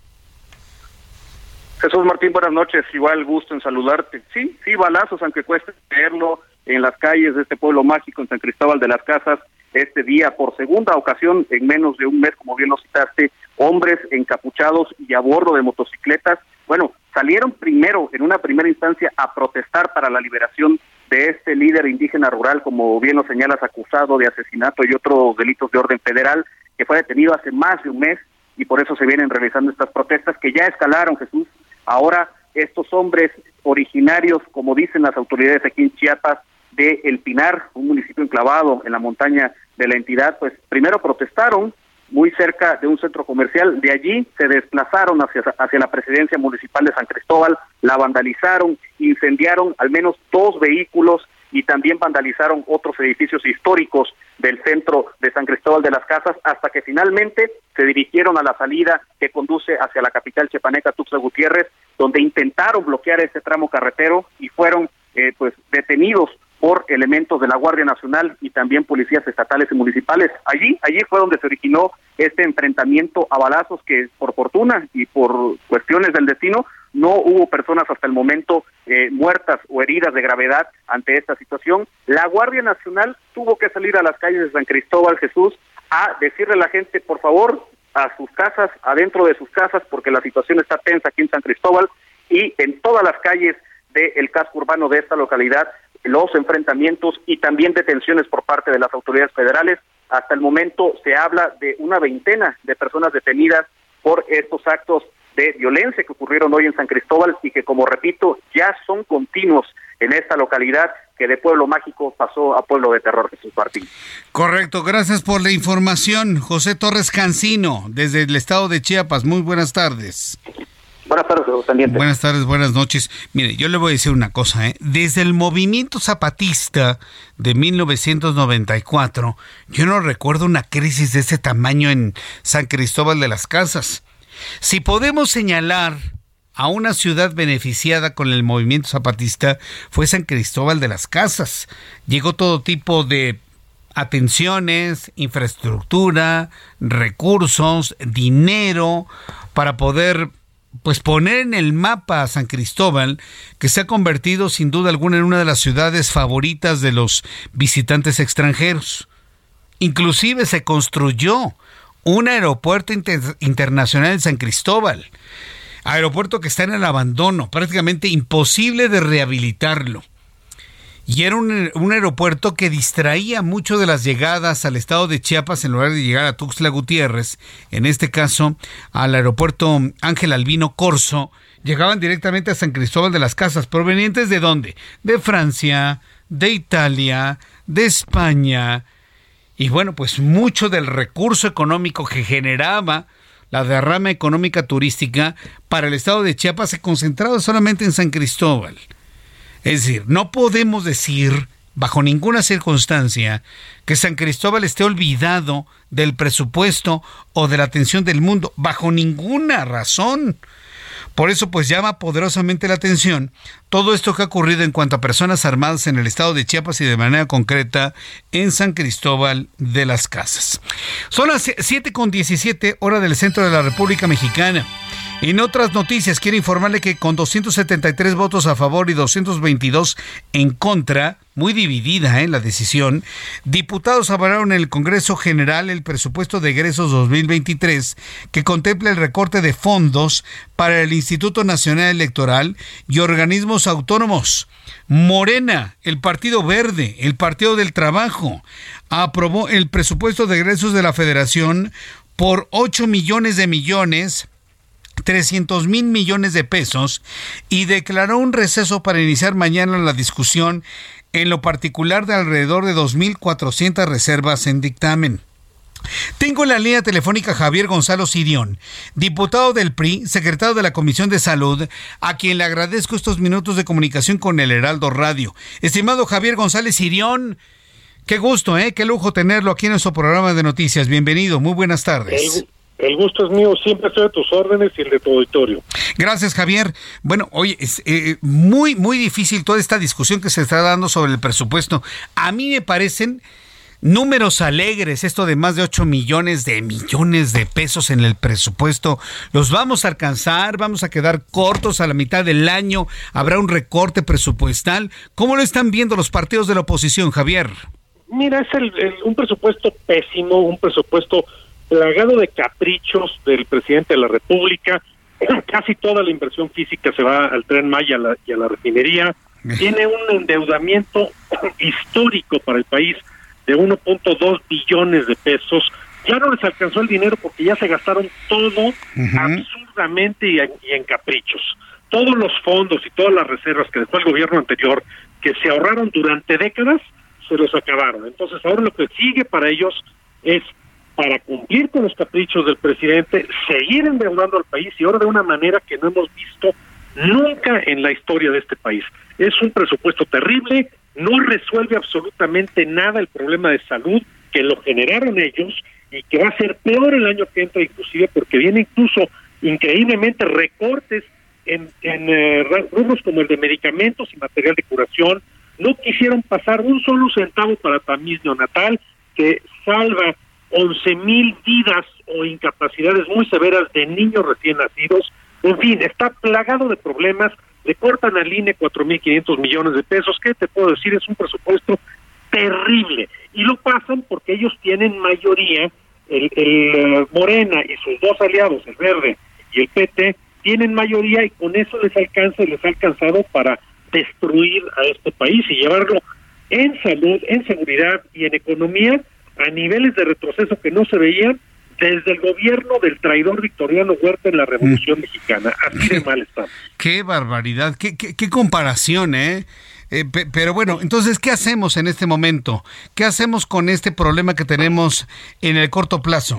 Jesús Martín, buenas noches. Igual gusto en saludarte. Sí, sí, balazos, aunque cueste creerlo, en las calles de este pueblo mágico en San Cristóbal de las Casas, este día, por segunda ocasión, en menos de un mes, como bien lo citaste, hombres encapuchados y a bordo de motocicletas, bueno, salieron primero, en una primera instancia, a protestar para la liberación de este líder indígena rural, como bien lo señalas, acusado de asesinato y otros delitos de orden federal, que fue detenido hace más de un mes, y por eso se vienen realizando estas protestas que ya escalaron, Jesús. Ahora estos hombres originarios, como dicen las autoridades aquí en Chiapas, de El Pinar, un municipio enclavado en la montaña de la entidad, pues primero protestaron muy cerca de un centro comercial, de allí se desplazaron hacia, hacia la presidencia municipal de San Cristóbal, la vandalizaron, incendiaron al menos dos vehículos y también vandalizaron otros edificios históricos del centro de San Cristóbal de las Casas, hasta que finalmente se dirigieron a la salida que conduce hacia la capital chiapaneca, Tuxtla Gutiérrez, donde intentaron bloquear ese tramo carretero y fueron eh, pues detenidos por elementos de la Guardia Nacional y también policías estatales y municipales. Allí, allí fue donde se originó este enfrentamiento a balazos que, por fortuna y por cuestiones del destino, no hubo personas hasta el momento eh, muertas o heridas de gravedad ante esta situación. La Guardia Nacional tuvo que salir a las calles de San Cristóbal, Jesús, a decirle a la gente, por favor, a sus casas, adentro de sus casas, porque la situación está tensa aquí en San Cristóbal, y en todas las calles del casco urbano de esta localidad, los enfrentamientos y también detenciones por parte de las autoridades federales. Hasta el momento se habla de una veintena de personas detenidas por estos actos de violencia que ocurrieron hoy en San Cristóbal y que, como repito, ya son continuos en esta localidad que de pueblo mágico pasó a pueblo de terror, Jesús Martín. Correcto, gracias por la información, José Torres Cancino, desde el estado de Chiapas. Muy buenas tardes. Buenas tardes, pendiente. Buenas tardes, buenas noches. Mire, yo le voy a decir una cosa, ¿eh? Desde el movimiento zapatista de mil novecientos noventa y cuatro, yo no recuerdo una crisis de ese tamaño en San Cristóbal de las Casas. Si podemos señalar a una ciudad beneficiada con el movimiento zapatista, fue San Cristóbal de las Casas. Llegó todo tipo de atenciones, infraestructura, recursos, dinero, para poder pues poner en el mapa a San Cristóbal, que se ha convertido sin duda alguna en una de las ciudades favoritas de los visitantes extranjeros. Inclusive se construyó un aeropuerto inter- internacional en San Cristóbal, aeropuerto que está en el abandono, prácticamente imposible de rehabilitarlo. Y era un, un aeropuerto que distraía mucho de las llegadas al estado de Chiapas en lugar de llegar a Tuxtla Gutiérrez, en este caso al aeropuerto Ángel Albino Corzo, llegaban directamente a San Cristóbal de las Casas, provenientes ¿de dónde? De Francia, de Italia, de España, y bueno, pues mucho del recurso económico que generaba la derrama económica turística para el estado de Chiapas se concentraba solamente en San Cristóbal. Es decir, no podemos decir, bajo ninguna circunstancia, que San Cristóbal esté olvidado del presupuesto o de la atención del mundo, bajo ninguna razón. Por eso, pues, llama poderosamente la atención todo esto que ha ocurrido en cuanto a personas armadas en el estado de Chiapas y de manera concreta en San Cristóbal de las Casas. Son las siete con diecisiete, hora del centro de la República Mexicana. En otras noticias, quiero informarle que con doscientos setenta y tres votos a favor y doscientos veintidós en contra, muy dividida ¿eh? la decisión, diputados avalaron en el Congreso General el presupuesto de egresos dos mil veintitrés, que contempla el recorte de fondos para el Instituto Nacional Electoral y organismos autónomos. Morena, el Partido Verde, el Partido del Trabajo, aprobó el presupuesto de egresos de la Federación por ocho millones de millones, trescientos mil millones de pesos, y declaró un receso para iniciar mañana la discusión en lo particular de alrededor de dos mil cuatrocientas reservas en dictamen. Tengo en la línea telefónica a Javier Gonzalo Cirión, diputado del P R I, secretario de la Comisión de Salud, a quien le agradezco estos minutos de comunicación con el Heraldo Radio. Estimado Javier González Cirión, qué gusto, ¿eh? Qué lujo tenerlo aquí en nuestro programa de noticias. Bienvenido, muy buenas tardes. El... El gusto es mío, siempre estoy a tus órdenes y el de tu auditorio. Gracias, Javier. Bueno, oye, es eh, muy, muy difícil toda esta discusión que se está dando sobre el presupuesto. A mí me parecen números alegres, esto de más de ocho millones de millones de pesos en el presupuesto. ¿Los vamos a alcanzar? ¿Vamos a quedar cortos a la mitad del año? ¿Habrá un recorte presupuestal? ¿Cómo lo están viendo los partidos de la oposición, Javier? Mira, es el, el, un presupuesto pésimo, un presupuesto plagado de caprichos del presidente de la República. Casi toda la inversión física se va al Tren Maya y a la, y a la refinería. Tiene un endeudamiento histórico para el país de uno punto dos billones de pesos. Ya no les alcanzó el dinero porque ya se gastaron todo uh-huh. absurdamente y en, y en caprichos. Todos los fondos y todas las reservas que dejó el gobierno anterior, que se ahorraron durante décadas, se los acabaron. Entonces ahora lo que sigue para ellos es, para cumplir con los caprichos del presidente, seguir endeudando al país, y ahora de una manera que no hemos visto nunca en la historia de este país. Es un presupuesto terrible, no resuelve absolutamente nada el problema de salud que lo generaron ellos y que va a ser peor el año que entra, inclusive porque viene incluso increíblemente recortes en, en eh, rubros como el de medicamentos y material de curación. No quisieron pasar un solo centavo para tamiz neonatal, que salva once mil vidas o incapacidades muy severas de niños recién nacidos. En fin, está plagado de problemas. Le cortan al I N E cuatro mil quinientos millones de pesos. ¿Qué te puedo decir? Es un presupuesto terrible. Y lo pasan porque ellos tienen mayoría. El, el uh, Morena y sus dos aliados, el Verde y el P T, tienen mayoría, y con eso les alcanza y les ha alcanzado para destruir a este país y llevarlo en salud, en seguridad y en economía a niveles de retroceso que no se veían desde el gobierno del traidor Victoriano Huerta en la Revolución mm. Mexicana. Así de mal está. ¡Qué barbaridad! ¡Qué, qué, qué comparación, eh! eh pe, pero bueno, entonces, ¿qué hacemos en este momento? ¿Qué hacemos con este problema que tenemos en el corto plazo?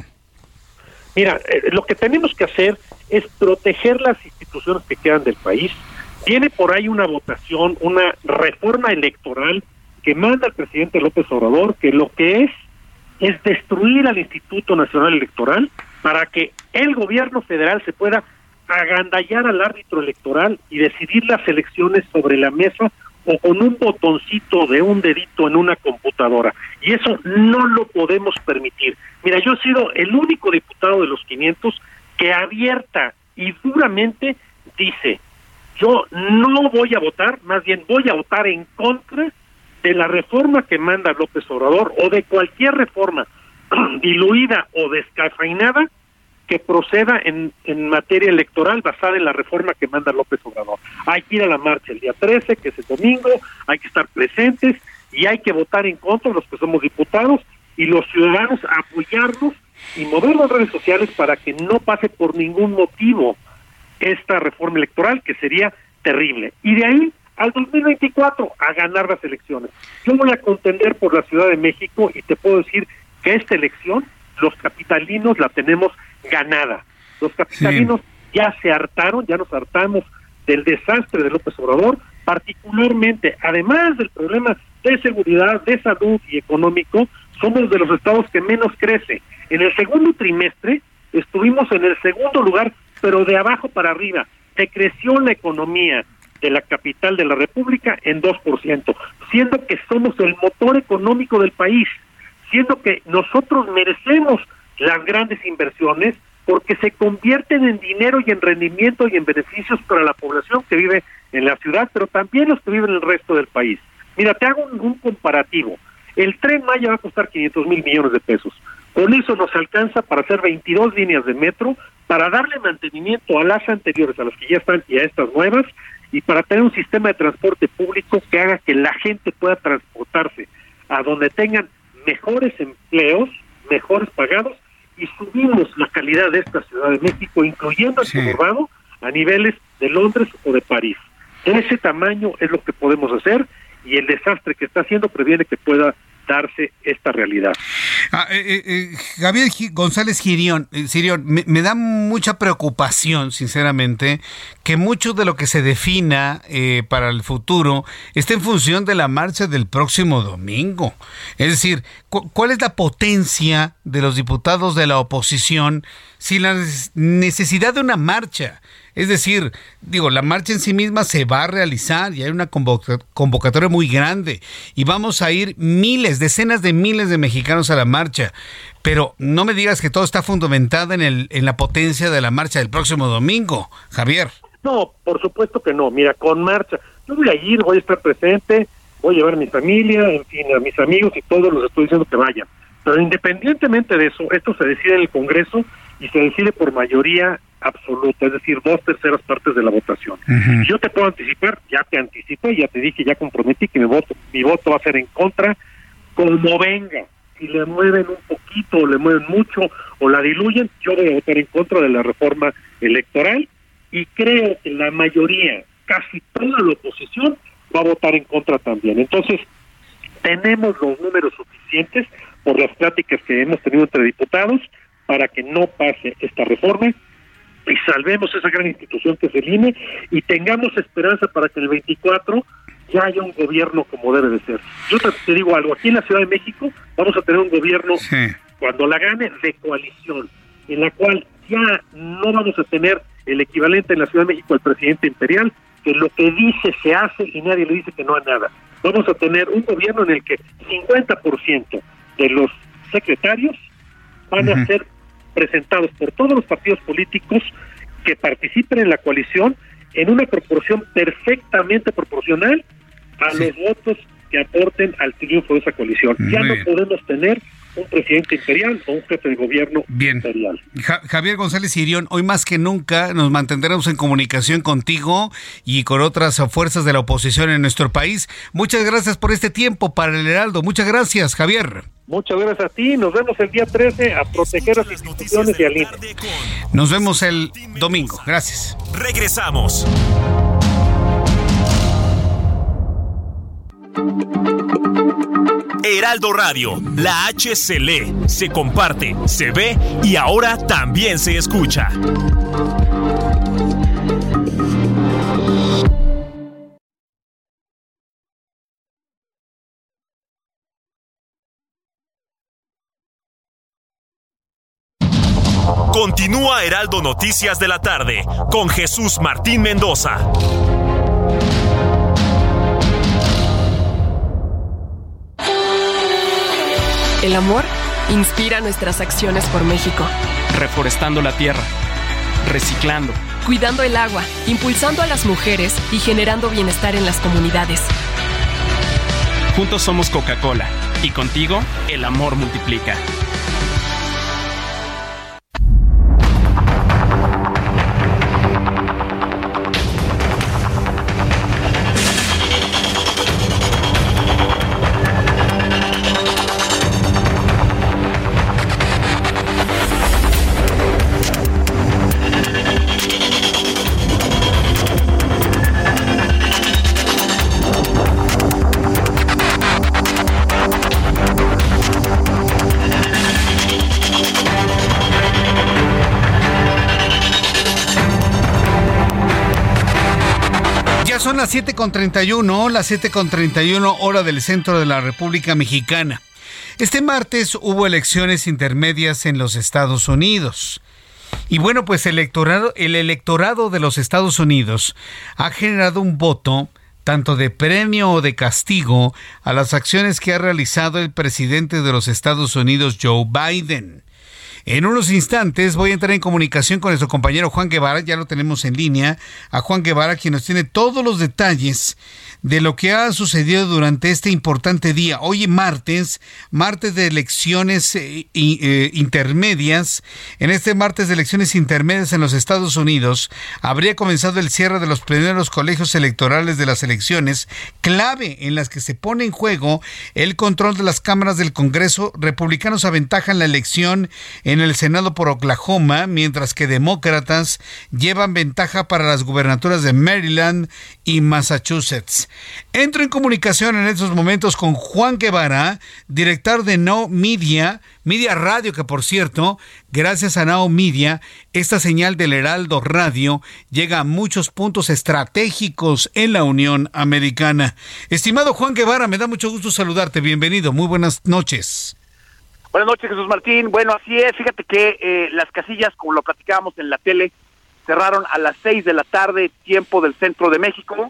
Mira, eh, lo que tenemos que hacer es proteger las instituciones que quedan del país. Tiene por ahí una votación, una reforma electoral que manda el presidente López Obrador, que lo que es es destruir al Instituto Nacional Electoral para que el gobierno federal se pueda agandallar al árbitro electoral y decidir las elecciones sobre la mesa o con un botoncito de un dedito en una computadora. Y eso no lo podemos permitir. Mira, yo he sido el único diputado de los quinientos que abierta y duramente dice: yo no voy a votar, más bien voy a votar en contra de la reforma que manda López Obrador, o de cualquier reforma diluida o descafeinada que proceda en, en materia electoral basada en la reforma que manda López Obrador. Hay que ir a la marcha el día trece, que es el domingo, hay que estar presentes y hay que votar en contra, los que somos diputados, y los ciudadanos apoyarnos y mover las redes sociales para que no pase por ningún motivo esta reforma electoral, que sería terrible. Y de ahí al dos mil veinticuatro a ganar las elecciones. Yo voy a contender por la Ciudad de México y te puedo decir que esta elección los capitalinos la tenemos ganada. Los capitalinos sí. ya se hartaron, ya nos hartamos del desastre de López Obrador, particularmente, además del problema de seguridad, de salud y económico, somos de los estados que menos crece. En el segundo trimestre estuvimos en el segundo lugar, pero de abajo para arriba. Decreció la economía de la capital de la República en dos por ciento, siendo que somos el motor económico del país, siendo que nosotros merecemos las grandes inversiones, porque se convierten en dinero y en rendimiento y en beneficios para la población que vive en la ciudad, pero también los que viven en el resto del país. Mira, te hago un, un comparativo. El Tren Maya va a costar quinientos mil millones de pesos. Con eso nos alcanza para hacer veintidós líneas de metro, para darle mantenimiento a las anteriores, a las que ya están y a estas nuevas, y para tener un sistema de transporte público que haga que la gente pueda transportarse a donde tengan mejores empleos, mejores pagados, y subimos la calidad de esta Ciudad de México, incluyendo el conurbano, a niveles de Londres o de París. De ese tamaño es lo que podemos hacer, y el desastre que está haciendo previene que pueda darse esta realidad. Ah, eh, eh, Javier G- González Girión, eh, Sirión, me, me da mucha preocupación, sinceramente, que mucho de lo que se defina eh, para el futuro esté en función de la marcha del próximo domingo. Es decir, cu- ¿cuál es la potencia de los diputados de la oposición sin la necesidad de una marcha? Es decir, digo, la marcha en sí misma se va a realizar y hay una convoca- convocatoria muy grande y vamos a ir miles, decenas de miles de mexicanos a la marcha, pero no me digas que todo está fundamentado en, el, en la potencia de la marcha del próximo domingo, Javier. No, por supuesto que no. Mira, con marcha, yo voy a ir, voy a estar presente, voy a llevar a mi familia, en fin, a mis amigos y todos los estoy diciendo que vayan. Pero independientemente de eso, esto se decide en el Congreso y se decide por mayoría absoluta, es decir, dos terceras partes de la votación. Uh-huh. Yo te puedo anticipar, ya te anticipé, ya te dije, ya comprometí que mi voto, mi voto va a ser en contra, como venga. Si le mueven un poquito, o le mueven mucho, o la diluyen, yo voy a votar en contra de la reforma electoral, y creo que la mayoría, casi toda la oposición, va a votar en contra también. Entonces, tenemos los números suficientes por las pláticas que hemos tenido entre diputados para que no pase esta reforma y salvemos esa gran institución que es el I N E y tengamos esperanza para que el veinticuatro ya haya un gobierno como debe de ser. Yo te, te digo algo, aquí en la Ciudad de México vamos a tener un gobierno, sí, cuando la gane, de coalición, en la cual ya no vamos a tener el equivalente en la Ciudad de México al presidente imperial, que lo que dice se hace y nadie le dice que no a nada. Vamos a tener un gobierno en el que cincuenta por ciento de los secretarios van uh-huh. a ser presentados por todos los partidos políticos que participen en la coalición en una proporción perfectamente proporcional a sí. los votos que aporten al triunfo de esa coalición. Muy ya no bien. podemos tener un presidente imperial o un jefe de gobierno bien. imperial. Ja- Javier González Sirión, hoy más que nunca nos mantendremos en comunicación contigo y con otras fuerzas de la oposición en nuestro país. Muchas gracias por este tiempo para el Heraldo. Muchas gracias, Javier. Muchas gracias a ti. Nos vemos el día trece a proteger las instituciones y al I N E. Nos vemos el domingo. Gracias. Regresamos. Heraldo Radio, la H se lee, se comparte, se ve y ahora también se escucha. Continúa Heraldo Noticias de la tarde con Jesús Martín Mendoza. El amor inspira nuestras acciones por México. Reforestando la tierra, reciclando, cuidando el agua, impulsando a las mujeres y generando bienestar en las comunidades. Juntos somos Coca-Cola y contigo el amor multiplica. Son las siete con treinta y uno, las siete con treinta y uno hora del centro de la República Mexicana. Este martes hubo elecciones intermedias en los Estados Unidos. Y bueno, pues el electorado, el electorado de los Estados Unidos ha generado un voto tanto de premio o de castigo a las acciones que ha realizado el presidente de los Estados Unidos, Joe Biden. En unos instantes voy a entrar en comunicación con nuestro compañero Juan Guevara, ya lo tenemos en línea, a Juan Guevara, quien nos tiene todos los detalles de lo que ha sucedido durante este importante día. Hoy martes, martes de elecciones eh, eh, intermedias. En este martes de elecciones intermedias en los Estados Unidos, habría comenzado el cierre de los primeros colegios electorales de las elecciones, clave en las que se pone en juego el control de las cámaras del Congreso. Republicanos aventajan la elección en el Senado por Oklahoma, mientras que demócratas llevan ventaja para las gubernaturas de Maryland y Massachusetts. Entro en comunicación en estos momentos con Juan Guevara, director de Now Media, Media Radio, que por cierto, gracias a Now Media, esta señal del Heraldo Radio llega a muchos puntos estratégicos en la Unión Americana. Estimado Juan Guevara, me da mucho gusto saludarte. Bienvenido, muy buenas noches. Buenas noches, Jesús Martín. Bueno, así es, fíjate que eh, las casillas, como lo platicábamos en la tele, cerraron a las seis de la tarde, tiempo del centro de México,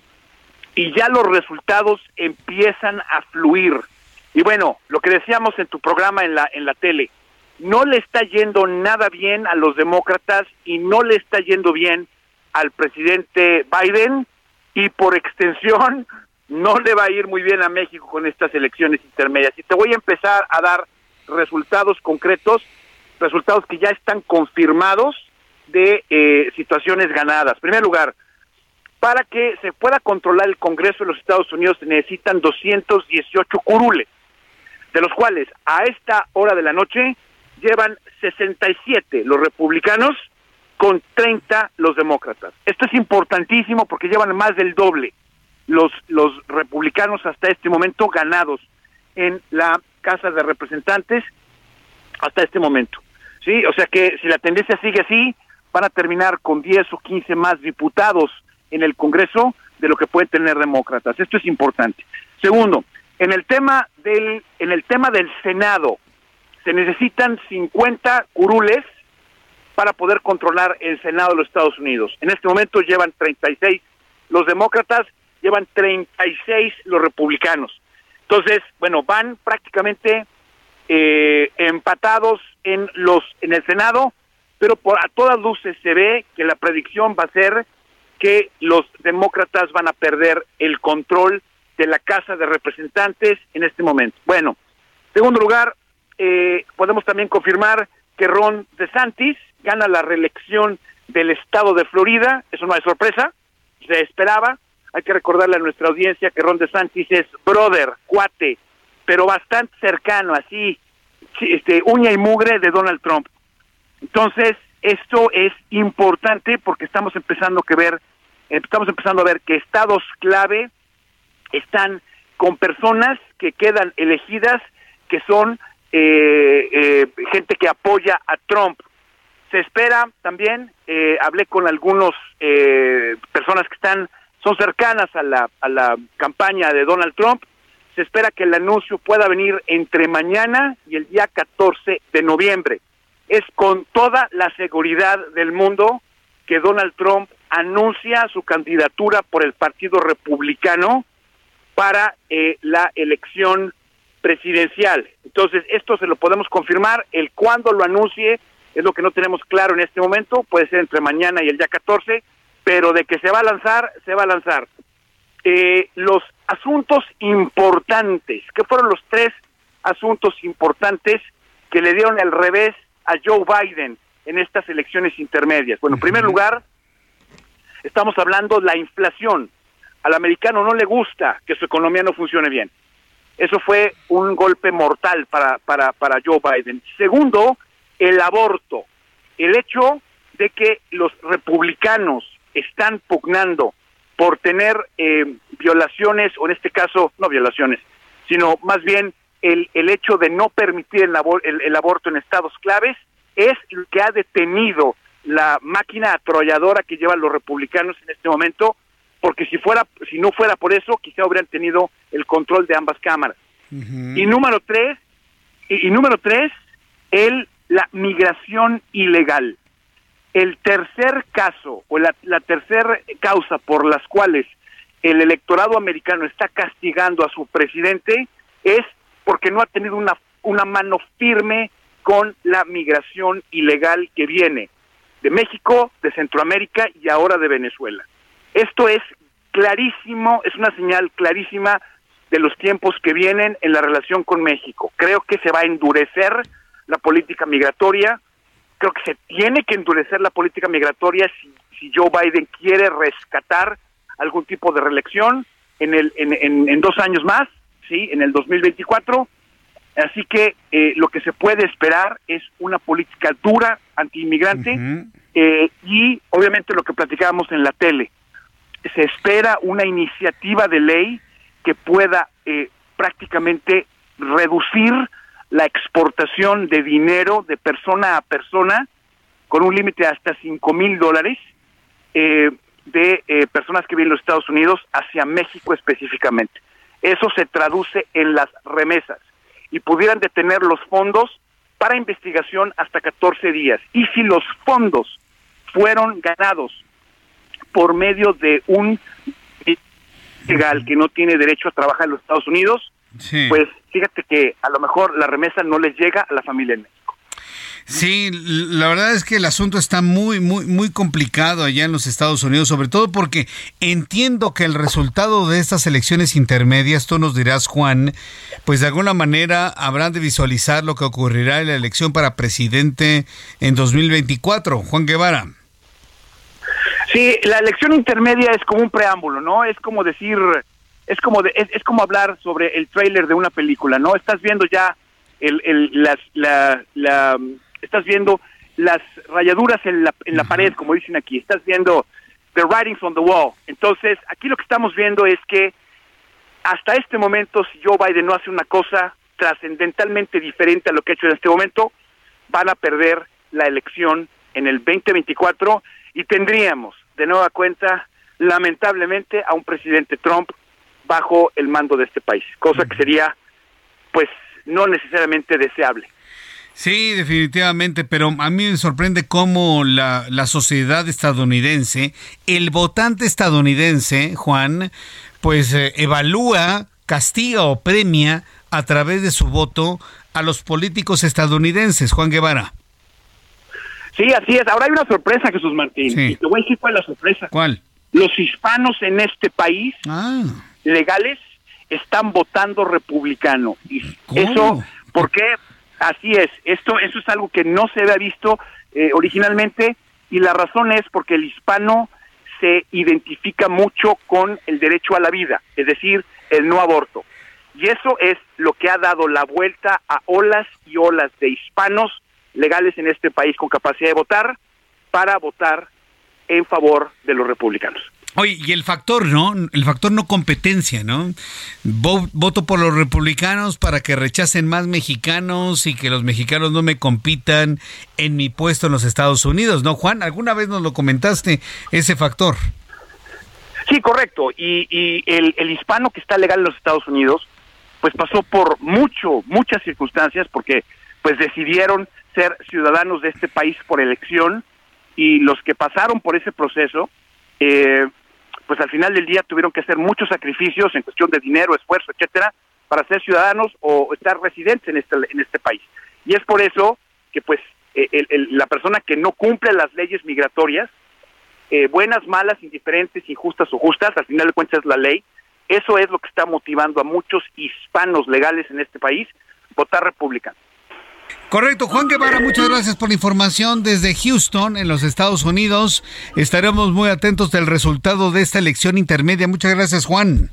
y ya los resultados empiezan a fluir. Y bueno, lo que decíamos en tu programa en la en la tele, no le está yendo nada bien a los demócratas y no le está yendo bien al presidente Biden, y por extensión no le va a ir muy bien a México con estas elecciones intermedias. Y te voy a empezar a dar resultados concretos, resultados que ya están confirmados de eh, situaciones ganadas. En primer lugar, para que se pueda controlar el Congreso de los Estados Unidos se necesitan doscientos dieciocho curules, de los cuales a esta hora de la noche llevan sesenta y siete los republicanos con treinta los demócratas. Esto es importantísimo porque llevan más del doble los, los republicanos hasta este momento ganados en la Casa de Representantes hasta este momento. Sí, o sea que si la tendencia sigue así, van a terminar con diez o quince más diputados en el Congreso de lo que pueden tener demócratas. Esto es importante. Segundo, en el tema del en el tema del Senado se necesitan cincuenta curules para poder controlar el Senado de los Estados Unidos. En este momento llevan treinta y seis los demócratas, llevan treinta y seis los republicanos. Entonces, bueno, van prácticamente eh, empatados en los en el Senado, pero por a todas luces se ve que la predicción va a ser que los demócratas van a perder el control de la Casa de Representantes en este momento. Bueno, en segundo lugar, eh, podemos también confirmar que Ron DeSantis gana la reelección del estado de Florida. Eso no es sorpresa, se esperaba. Hay que recordarle a nuestra audiencia que Ron DeSantis es brother, cuate, pero bastante cercano, así, este, uña y mugre de Donald Trump. Entonces, esto es importante porque estamos empezando a ver, estamos empezando a ver que estados clave están con personas que quedan elegidas, que son eh, eh, gente que apoya a Trump. Se espera también, eh, hablé con algunos eh, personas que están son cercanas a la a la campaña de Donald Trump. Se espera que el anuncio pueda venir entre mañana y el día catorce de noviembre. Es con toda la seguridad del mundo que Donald Trump anuncia su candidatura por el Partido Republicano para eh, la elección presidencial. Entonces, esto se lo podemos confirmar. El cuándo lo anuncie es lo que no tenemos claro en este momento. Puede ser entre mañana y el día catorce, pero de que se va a lanzar, se va a lanzar. Eh, los asuntos importantes, ¿qué fueron los tres asuntos importantes que le dieron el revés a Joe Biden en estas elecciones intermedias? Bueno, en primer lugar, estamos hablando de la inflación. Al americano no le gusta que su economía no funcione bien. Eso fue un golpe mortal para, para, para Joe Biden. Segundo, el aborto. El hecho de que los republicanos están pugnando por tener eh, violaciones, o en este caso, no violaciones, sino más bien el, el hecho de no permitir el, abor- el, el aborto en estados claves, es lo que ha detenido la máquina atrolladora que llevan los republicanos en este momento, porque si fuera, si no fuera por eso, quizá hubieran tenido el control de ambas cámaras. Uh-huh. Y número tres, y, y número tres, el la migración ilegal. El tercer caso, o la, la tercera causa por las cuales el electorado americano está castigando a su presidente es porque no ha tenido una, una mano firme con la migración ilegal que viene de México, de Centroamérica y ahora de Venezuela. Esto es clarísimo, es una señal clarísima de los tiempos que vienen en la relación con México. Creo que se va a endurecer la política migratoria, creo que se tiene que endurecer la política migratoria si, si Joe Biden quiere rescatar algún tipo de reelección en el en, en, en dos años más, sí, en el dos mil veinticuatro. Así que eh, lo que se puede esperar es una política dura antiinmigrante uh-huh. eh, y obviamente lo que platicábamos en la tele. Se espera una iniciativa de ley que pueda eh, prácticamente reducir la exportación de dinero de persona a persona con un límite de hasta cinco mil dólares eh, de eh, personas que viven en los Estados Unidos hacia México específicamente. Eso se traduce en las remesas y pudieran detener los fondos para investigación hasta catorce días. Y si los fondos fueron ganados por medio de un legal que no tiene derecho a trabajar en los Estados Unidos, sí. pues fíjate que a lo mejor la remesa no les llega a la familia en México. Sí, la verdad es que el asunto está muy, muy, muy complicado allá en los Estados Unidos, sobre todo porque entiendo que el resultado de estas elecciones intermedias, tú nos dirás, Juan, pues de alguna manera habrán de visualizar lo que ocurrirá en la elección para presidente en dos mil veinticuatro. Juan Guevara. Sí, la elección intermedia es como un preámbulo, ¿no? Es como decir, es como de, es, es como hablar sobre el tráiler de una película, ¿no? Estás viendo ya el, el, las, la, la, estás viendo las rayaduras en la, en la uh-huh. pared, como dicen aquí. Estás viendo the writings on the wall. Entonces, aquí lo que estamos viendo es que hasta este momento, si Joe Biden no hace una cosa trascendentalmente diferente a lo que ha hecho en este momento, van a perder la elección en el veinte veinticuatro y tendríamos de nueva cuenta, lamentablemente, a un presidente Trump bajo el mando de este país, cosa que sería, pues, no necesariamente deseable. Sí, definitivamente, pero a mí me sorprende cómo la, la sociedad estadounidense, el votante estadounidense, Juan, pues eh, evalúa, castiga o premia a través de su voto a los políticos estadounidenses. Juan Guevara. Sí, así es. Ahora hay una sorpresa, Jesús Martín. Sí. Y te voy a decir cuál es la sorpresa. ¿Cuál? Los hispanos en este país, ah. legales, están votando republicano. Y ¿Cómo? Eso, ¿por qué? Así es. Esto, eso es algo que no se había visto eh, originalmente, y la razón es porque el hispano se identifica mucho con el derecho a la vida, es decir, el no aborto. Y eso es lo que ha dado la vuelta a olas y olas de hispanos legales en este país con capacidad de votar para votar en favor de los republicanos. Oye, y el factor, ¿no? El factor no competencia, ¿no? Voto por los republicanos para que rechacen más mexicanos y que los mexicanos no me compitan en mi puesto en los Estados Unidos, ¿no, Juan? ¿Alguna vez nos lo comentaste, ese factor? Sí, correcto. Y, y el, el hispano que está legal en los Estados Unidos, pues pasó por mucho, muchas circunstancias, porque pues decidieron ser ciudadanos de este país por elección, y los que pasaron por ese proceso, eh, pues al final del día tuvieron que hacer muchos sacrificios en cuestión de dinero, esfuerzo, etcétera, para ser ciudadanos o estar residentes en este en este país. Y es por eso que pues el, el, la persona que no cumple las leyes migratorias, eh, buenas, malas, indiferentes, injustas o justas, al final de cuentas es la ley, eso es lo que está motivando a muchos hispanos legales en este país votar republicano. Correcto, Juan Guevara, muchas gracias por la información desde Houston, en los Estados Unidos. Estaremos muy atentos del resultado de esta elección intermedia. Muchas gracias, Juan.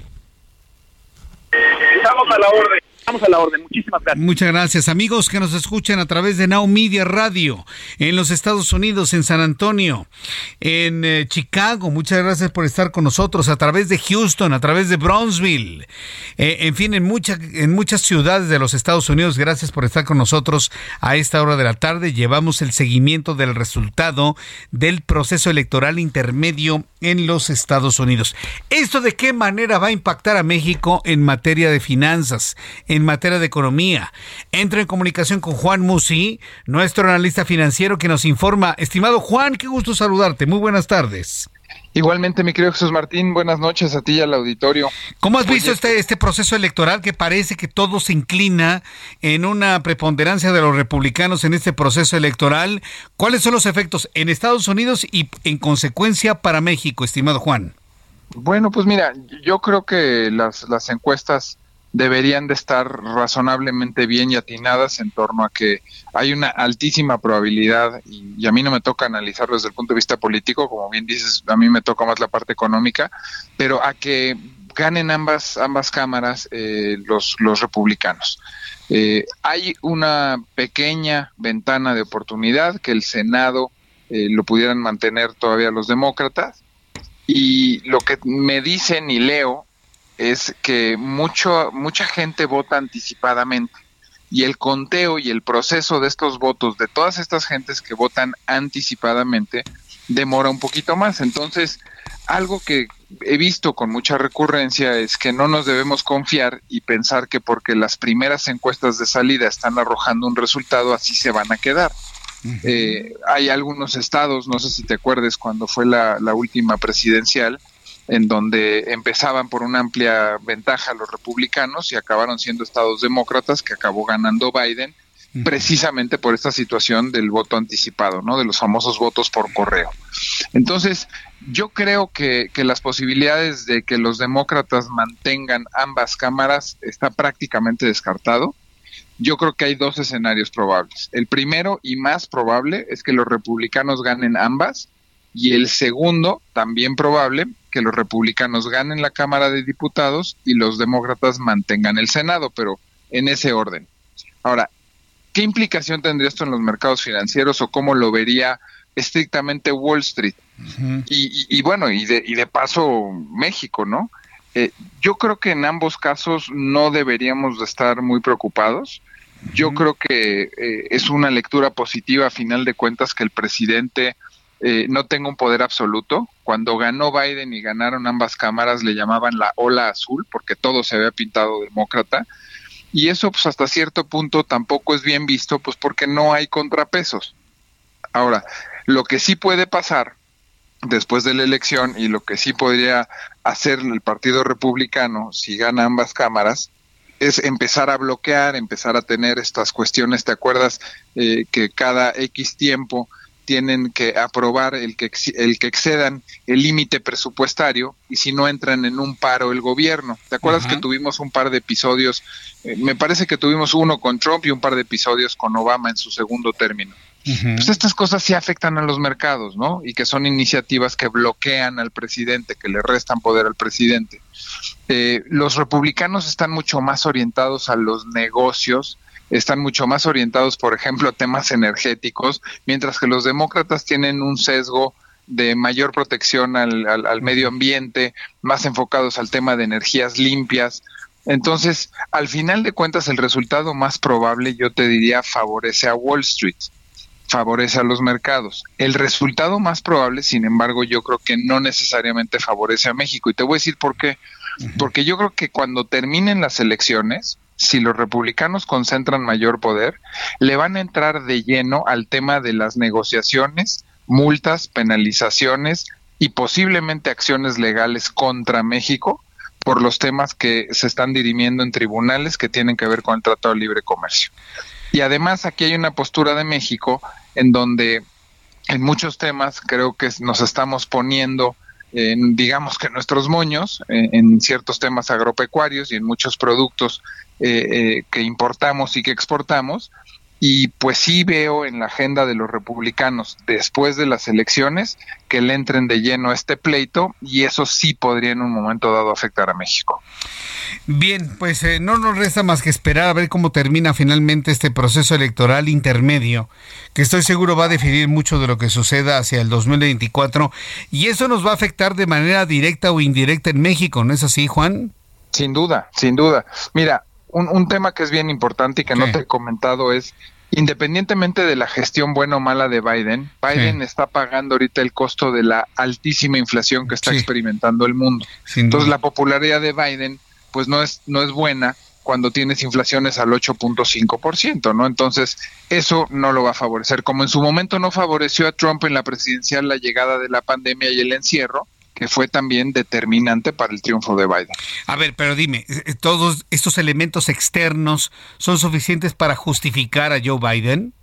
Estamos a la orden. Estamos a la orden. Muchísimas gracias. Muchas gracias, amigos que nos escuchan a través de Now Media Radio en los Estados Unidos, en San Antonio, en eh, Chicago. Muchas gracias por estar con nosotros a través de Houston, a través de Brownsville, eh, en fin, en, mucha, en muchas ciudades de los Estados Unidos. Gracias por estar con nosotros a esta hora de la tarde. Llevamos el seguimiento del resultado del proceso electoral intermedio en los Estados Unidos. ¿Esto de qué manera va a impactar a México en materia de finanzas, en materia de economía? Entro en comunicación con Juan Musi, nuestro analista financiero, que nos informa. Estimado Juan, qué gusto saludarte. Muy buenas tardes. Igualmente, mi querido Jesús Martín, buenas noches a ti y al auditorio. ¿Cómo has visto este, este proceso electoral que parece que todo se inclina en una preponderancia de los republicanos en este proceso electoral? ¿Cuáles son los efectos en Estados Unidos y en consecuencia para México, estimado Juan? Bueno, pues mira, yo creo que las, las encuestas deberían de estar razonablemente bien y atinadas en torno a que hay una altísima probabilidad, y, y a mí no me toca analizarlo desde el punto de vista político, como bien dices, a mí me toca más la parte económica, pero a que ganen ambas ambas cámaras eh, los, los republicanos. Eh, hay una pequeña ventana de oportunidad que el Senado eh, lo pudieran mantener todavía los demócratas, y lo que me dicen y leo es que mucho mucha gente vota anticipadamente, y el conteo y el proceso de estos votos de todas estas gentes que votan anticipadamente demora un poquito más. Entonces, algo que he visto con mucha recurrencia es que no nos debemos confiar y pensar que porque las primeras encuestas de salida están arrojando un resultado, así se van a quedar. Uh-huh. Eh, hay algunos estados, no sé si te acuerdes, cuando fue la, la última presidencial, en donde empezaban por una amplia ventaja los republicanos y acabaron siendo estados demócratas, que acabó ganando Biden, uh-huh, precisamente por esta situación del voto anticipado, ¿no? De los famosos votos por correo. Entonces, yo creo que, que las posibilidades de que los demócratas mantengan ambas cámaras está prácticamente descartado. Yo creo que hay dos escenarios probables. El primero y más probable es que los republicanos ganen ambas, y el segundo, también probable, que los republicanos ganen la Cámara de Diputados y los demócratas mantengan el Senado, pero en ese orden. Ahora, ¿qué implicación tendría esto en los mercados financieros o cómo lo vería estrictamente Wall Street? Uh-huh. Y, y, y bueno, y de, y de paso México, ¿no? Eh, yo creo que en ambos casos no deberíamos de estar muy preocupados. Yo uh-huh. creo que eh, es una lectura positiva a final de cuentas que el presidente Eh, no tenga un poder absoluto. Cuando ganó Biden y ganaron ambas cámaras le llamaban la ola azul porque todo se había pintado demócrata, y eso pues hasta cierto punto tampoco es bien visto, pues porque no hay contrapesos. Ahora, lo que sí puede pasar después de la elección y lo que sí podría hacer el Partido Republicano si gana ambas cámaras es empezar a bloquear, empezar a tener estas cuestiones, ¿te acuerdas? Eh, que cada X tiempo tienen que aprobar el que el que excedan el límite presupuestario, y si no entran en un paro el gobierno. ¿Te acuerdas? Uh-huh. Que tuvimos un par de episodios, eh, me parece que tuvimos uno con Trump y un par de episodios con Obama en su segundo término? Uh-huh. Pues estas cosas sí afectan a los mercados, ¿no? Y que son iniciativas que bloquean al presidente, que le restan poder al presidente. Eh, los republicanos están mucho más orientados a los negocios, están mucho más orientados, por ejemplo, a temas energéticos, mientras que los demócratas tienen un sesgo de mayor protección al, al, al medio ambiente, más enfocados al tema de energías limpias. Entonces, al final de cuentas, el resultado más probable, yo te diría, favorece a Wall Street, favorece a los mercados. El resultado más probable, sin embargo, yo creo que no necesariamente favorece a México, y te voy a decir por qué. Uh-huh. Porque yo creo que cuando terminen las elecciones, si los republicanos concentran mayor poder, le van a entrar de lleno al tema de las negociaciones, multas, penalizaciones y posiblemente acciones legales contra México por los temas que se están dirimiendo en tribunales que tienen que ver con el Tratado de Libre Comercio. Y además aquí hay una postura de México en donde en muchos temas creo que nos estamos poniendo en, digamos que nuestros moños, eh, en ciertos temas agropecuarios y en muchos productos eh, eh, que importamos y que exportamos, y pues sí veo en la agenda de los republicanos después de las elecciones que le entren de lleno a este pleito, y eso sí podría en un momento dado afectar a México. Bien, pues eh, no nos resta más que esperar a ver cómo termina finalmente este proceso electoral intermedio, que estoy seguro va a definir mucho de lo que suceda hacia el dos mil veinticuatro, y eso nos va a afectar de manera directa o indirecta en México, ¿no es así, Juan? Sin duda, sin duda. Mira, un, un tema que es bien importante y que ¿Qué? no te he comentado es, independientemente de la gestión buena o mala de Biden, Biden sí. está pagando ahorita el costo de la altísima inflación que está sí. experimentando el mundo. Sin Entonces duda. La popularidad de Biden pues no es no es buena cuando tienes inflaciones al ocho punto cinco por ciento, ¿no? Entonces, eso no lo va a favorecer. Como en su momento no favoreció a Trump en la presidencial la llegada de la pandemia y el encierro, que fue también determinante para el triunfo de Biden. A ver, pero dime, ¿todos estos elementos externos son suficientes para justificar a Joe Biden?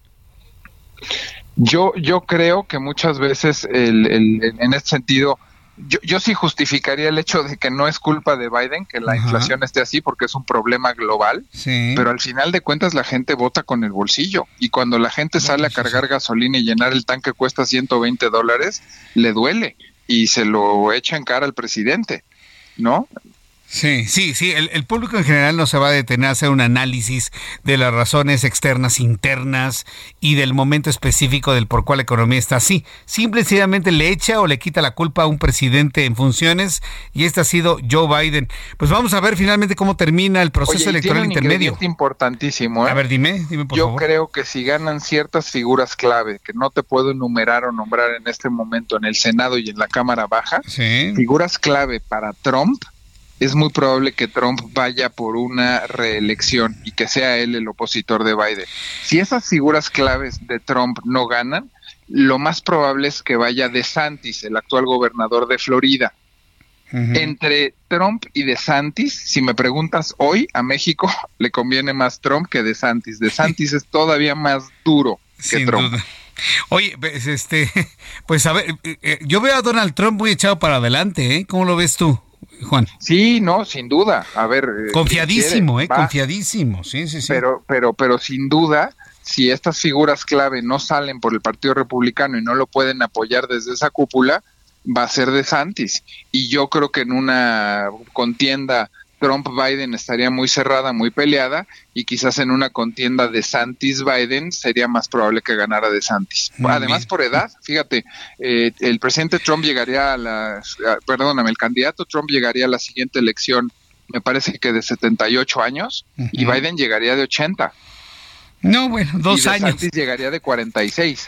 Yo, yo creo que muchas veces el, el, en este sentido, yo, yo sí justificaría el hecho de que no es culpa de Biden que la Ajá. inflación esté así, porque es un problema global, sí. pero al final de cuentas la gente vota con el bolsillo, y cuando la gente sale a cargar gasolina y llenar el tanque cuesta ciento veinte dólares, le duele y se lo echa en cara al presidente, ¿no? Sí, sí, sí, el, el público en general no se va a detener a hacer un análisis de las razones externas, internas y del momento específico del por cuál la economía está así. Simple y sencillamente le echa o le quita la culpa a un presidente en funciones, y este ha sido Joe Biden. Pues vamos a ver finalmente cómo termina el proceso Oye, electoral tiene un intermedio. Importantísimo, ¿eh? A ver, dime, dime por Yo favor. Yo creo que si ganan ciertas figuras clave, que no te puedo enumerar o nombrar en este momento en el Senado y en la Cámara Baja, sí. figuras clave para Trump, es muy probable que Trump vaya por una reelección y que sea él el opositor de Biden. Si esas figuras claves de Trump no ganan, lo más probable es que vaya DeSantis, el actual gobernador de Florida. Uh-huh. Entre Trump y DeSantis, si me preguntas hoy, a México le conviene más Trump que DeSantis. DeSantis es todavía más duro que Sin Trump. Duda. Oye, pues, este, pues a ver, yo veo a Donald Trump muy echado para adelante, ¿eh? ¿Cómo lo ves tú, Juan? Sí, no, sin duda. A ver, confiadísimo, quiere, eh, va. confiadísimo, sí, sí, sí. Pero, pero, pero sin duda, si estas figuras clave no salen por el Partido Republicano y no lo pueden apoyar desde esa cúpula, va a ser DeSantis. Y yo creo que en una contienda Trump-Biden estaría muy cerrada, muy peleada, y quizás en una contienda DeSantis-Biden sería más probable que ganara DeSantis. Muy Además, bien. Por edad, fíjate, eh, el presidente Trump llegaría a la, a, perdóname, el candidato Trump llegaría a la siguiente elección, me parece que de setenta y ocho años, uh-huh. y Biden llegaría de ochenta. No, bueno, dos y años. DeSantis llegaría de cuarenta y seis.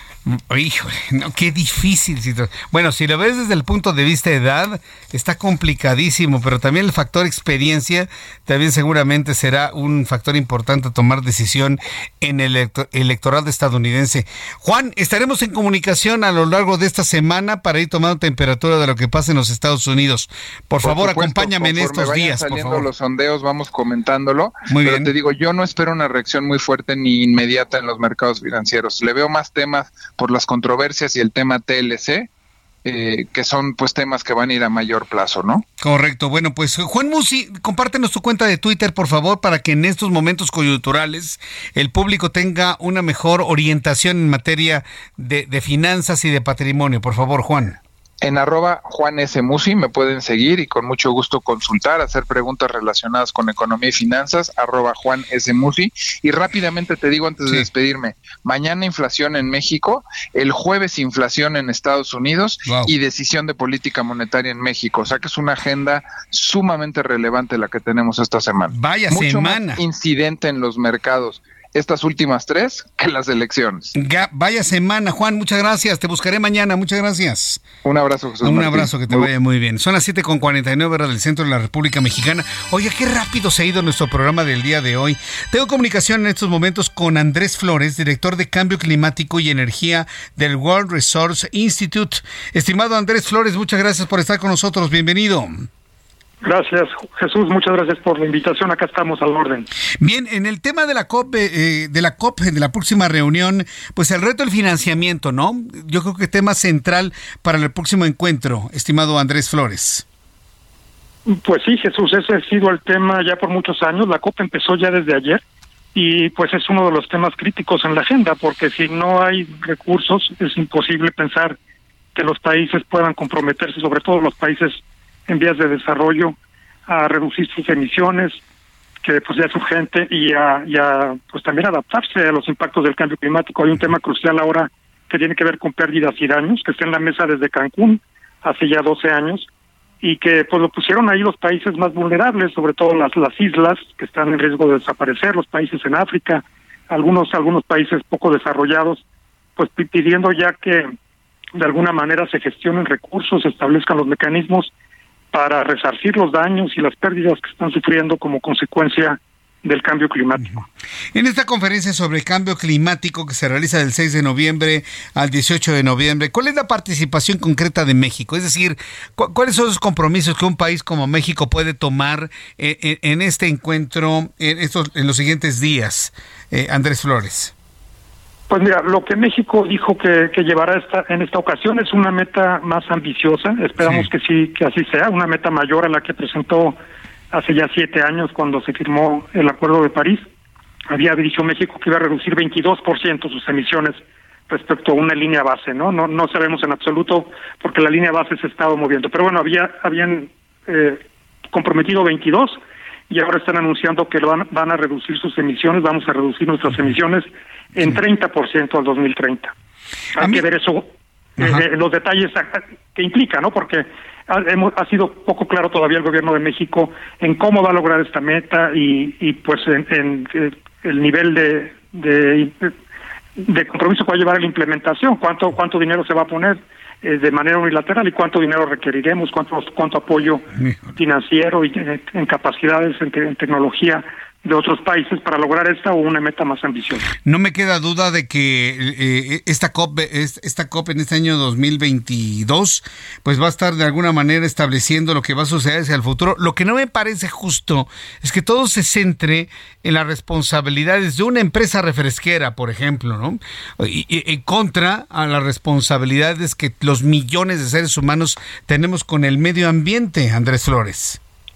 Híjole, no, qué difícil. Bueno, si lo ves desde el punto de vista de edad, está complicadísimo, pero también el factor experiencia también seguramente será un factor importante a tomar decisión en el elector- electorado estadounidense. Juan, estaremos en comunicación a lo largo de esta semana para ir tomando temperatura de lo que pasa en los Estados Unidos. Por, por favor, supuesto, acompáñame en estos vayan días. Saliendo por favor. Los sondeos, vamos comentándolo. Muy pero bien. Te digo, yo no espero una reacción muy fuerte ni inmediata en los mercados financieros. Le veo más temas por las controversias y el tema T L C, eh, que son pues temas que van a ir a mayor plazo, ¿no? Correcto. Bueno, pues Juan Musi, compártenos tu cuenta de Twitter, por favor, para que en estos momentos coyunturales el público tenga una mejor orientación en materia de, de finanzas y de patrimonio. Por favor, Juan. En arroba Juan S. Musi me pueden seguir y con mucho gusto consultar, hacer preguntas relacionadas con economía y finanzas, arroba Juan S. Musi. Y rápidamente te digo antes sí. de despedirme, mañana inflación en México, el jueves inflación en Estados Unidos wow. y decisión de política monetaria en México. O sea que es una agenda sumamente relevante la que tenemos esta semana. Vaya Mucho semana. Más incidente en los mercados estas últimas tres que las elecciones. Ya, vaya semana, Juan, muchas gracias. Te buscaré mañana, muchas gracias. Un abrazo, Jesús Un Martín. abrazo, que te muy vaya muy bien. Son las siete con cuarenta y nueve horas del centro de la República Mexicana. Oye, qué rápido se ha ido nuestro programa del día de hoy. Tengo comunicación en estos momentos con Andrés Flores, director de Cambio Climático y Energía del World Resource Institute. Estimado Andrés Flores, muchas gracias por estar con nosotros. Bienvenido. Gracias, Jesús, muchas gracias por la invitación, acá estamos al orden. Bien, en el tema de la COP, eh, de la COP, de la próxima reunión, pues el reto del financiamiento, ¿no? Yo creo que tema central para el próximo encuentro, estimado Andrés Flores. Pues sí, Jesús, ese ha sido el tema ya por muchos años, la COP empezó ya desde ayer y pues es uno de los temas críticos en la agenda, porque si no hay recursos es imposible pensar que los países puedan comprometerse, sobre todo los países en vías de desarrollo, a reducir sus emisiones, que pues ya es urgente, y a, y a pues también adaptarse a los impactos del cambio climático. Hay un tema crucial ahora que tiene que ver con pérdidas y daños, que está en la mesa desde Cancún hace ya doce años, y que pues lo pusieron ahí los países más vulnerables, sobre todo las las islas que están en riesgo de desaparecer, los países en África, algunos algunos países poco desarrollados, pues pidiendo ya que de alguna manera se gestionen recursos, se establezcan los mecanismos para resarcir los daños y las pérdidas que están sufriendo como consecuencia del cambio climático. En esta conferencia sobre el cambio climático que se realiza del seis de noviembre al dieciocho de noviembre, ¿cuál es la participación concreta de México? Es decir, ¿cu- ¿cuáles son los compromisos que un país como México puede tomar en, en, en este encuentro en, estos, en los siguientes días? Eh, Andrés Flores. Pues mira, lo que México dijo que, que llevará esta, en esta ocasión es una meta más ambiciosa. Esperamos sí. que sí, que así sea, una meta mayor a la que presentó hace ya siete años cuando se firmó el Acuerdo de París. Había dicho México que iba a reducir veintidós por ciento sus emisiones respecto a una línea base, ¿no? No no sabemos en absoluto porque la línea base se estaba moviendo. Pero bueno, había habían eh, comprometido veintidós y ahora están anunciando que van, van a reducir sus emisiones, vamos a reducir nuestras emisiones en treinta por ciento al dos mil treinta. Hay mí... que ver eso, eh, los detalles que implica, ¿no? Porque ha, hemos, ha sido poco claro todavía el gobierno de México en cómo va a lograr esta meta y, y pues en, en, en el nivel de, de, de compromiso que va a llevar a la implementación, cuánto cuánto dinero se va a poner eh, de manera unilateral y cuánto dinero requeriremos, cuánto cuánto apoyo financiero y en, en capacidades, en, en tecnología de otros países para lograr esta o una meta más ambiciosa. No me queda duda de que eh, esta COP esta COP en este año dos mil veintidós pues va a estar de alguna manera estableciendo lo que va a suceder hacia el futuro. Lo que no me parece justo es que todo se centre en las responsabilidades de una empresa refresquera, por ejemplo, ¿no? Y, y, y contra a las responsabilidades que los millones de seres humanos tenemos con el medio ambiente, Andrés Flores.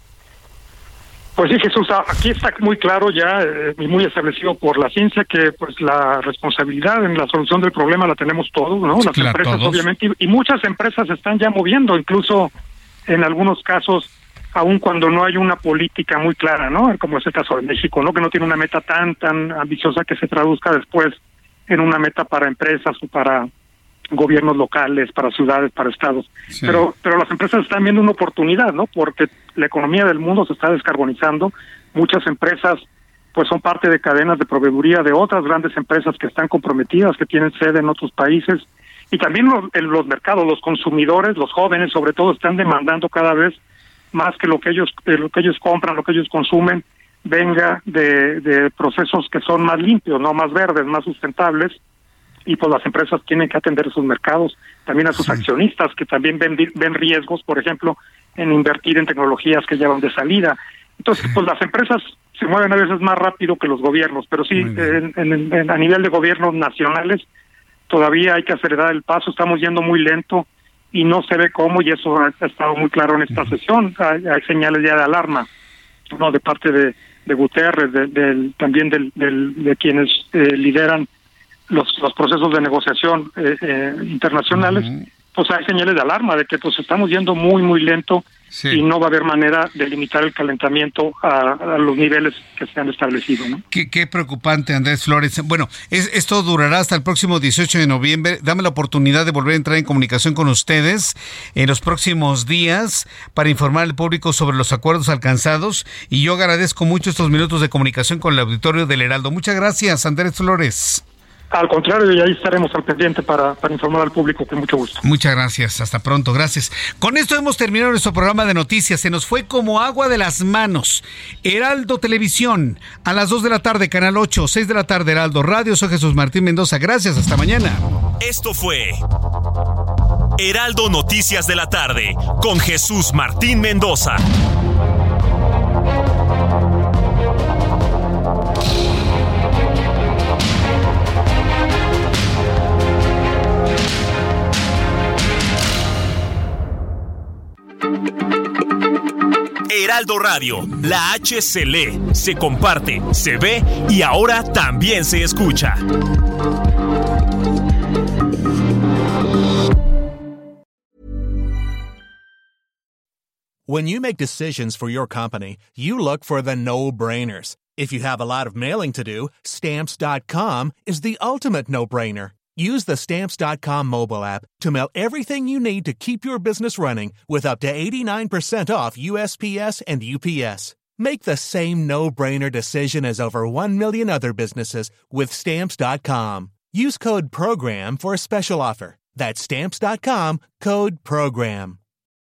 Pues sí, Jesús, aquí está muy claro ya eh, y muy establecido por la ciencia que pues la responsabilidad en la solución del problema la tenemos todos, ¿no? Las claro, empresas todos. Obviamente, y, y muchas empresas se están ya moviendo, incluso en algunos casos, aun cuando no hay una política muy clara, ¿no? Como es el caso de México, ¿no? Que no tiene una meta tan, tan ambiciosa que se traduzca después en una meta para empresas o para gobiernos locales, para ciudades, para estados. Sí. Pero pero las empresas están viendo una oportunidad, ¿no? Porque la economía del mundo se está descarbonizando. Muchas empresas pues son parte de cadenas de proveeduría de otras grandes empresas que están comprometidas, que tienen sede en otros países. Y también los, en los mercados, los consumidores, los jóvenes sobre todo, están demandando cada vez más que lo que ellos eh, lo que ellos compran, lo que ellos consumen, venga de, de procesos que son más limpios, no más verdes, más sustentables. Y pues las empresas tienen que atender sus mercados, también a sus sí. accionistas que también ven ven riesgos, por ejemplo, en invertir en tecnologías que llevan de salida. Entonces, pues las empresas se mueven a veces más rápido que los gobiernos, pero sí, en, en, en, a nivel de gobiernos nacionales, todavía hay que acelerar el paso, estamos yendo muy lento y no se ve cómo, y eso ha, ha estado muy claro en esta uh-huh. sesión, hay, hay señales ya de alarma, no de parte de, de Guterres, de, de, también del, del, de quienes eh, lideran los los procesos de negociación eh, eh, internacionales, uh-huh. pues hay señales de alarma de que pues estamos yendo muy muy lento sí. y no va a haber manera de limitar el calentamiento a, a los niveles que se han establecido, ¿no? Qué, qué preocupante, Andrés Flores. Bueno, es, esto durará hasta el próximo dieciocho de noviembre. Dame la oportunidad de volver a entrar en comunicación con ustedes en los próximos días para informar al público sobre los acuerdos alcanzados, y yo agradezco mucho estos minutos de comunicación con el auditorio del Heraldo. Muchas gracias, Andrés Flores. Al contrario, y ahí estaremos al pendiente para, para informar al público con mucho gusto. Muchas gracias, hasta pronto, gracias. Con esto hemos terminado nuestro programa de noticias. Se nos fue como agua de las manos. Heraldo Televisión, a las dos de la tarde, Canal ocho, seis de la tarde, Heraldo Radio. Soy Jesús Martín Mendoza, gracias, hasta mañana. Esto fue Heraldo Noticias de la tarde, con Jesús Martín Mendoza. Heraldo Radio, la H se lee, se comparte, se ve y ahora también se escucha. When you make decisions for your company, you look for the no-brainers. If you have a lot of mailing to do, Stamps dot com is the ultimate no-brainer. Use the Stamps dot com mobile app to mail everything you need to keep your business running with up to eighty-nine percent off U S P S and U P S. Make the same no-brainer decision as over one million other businesses with Stamps dot com. Use code PROGRAM for a special offer. That's Stamps dot com, code PROGRAM.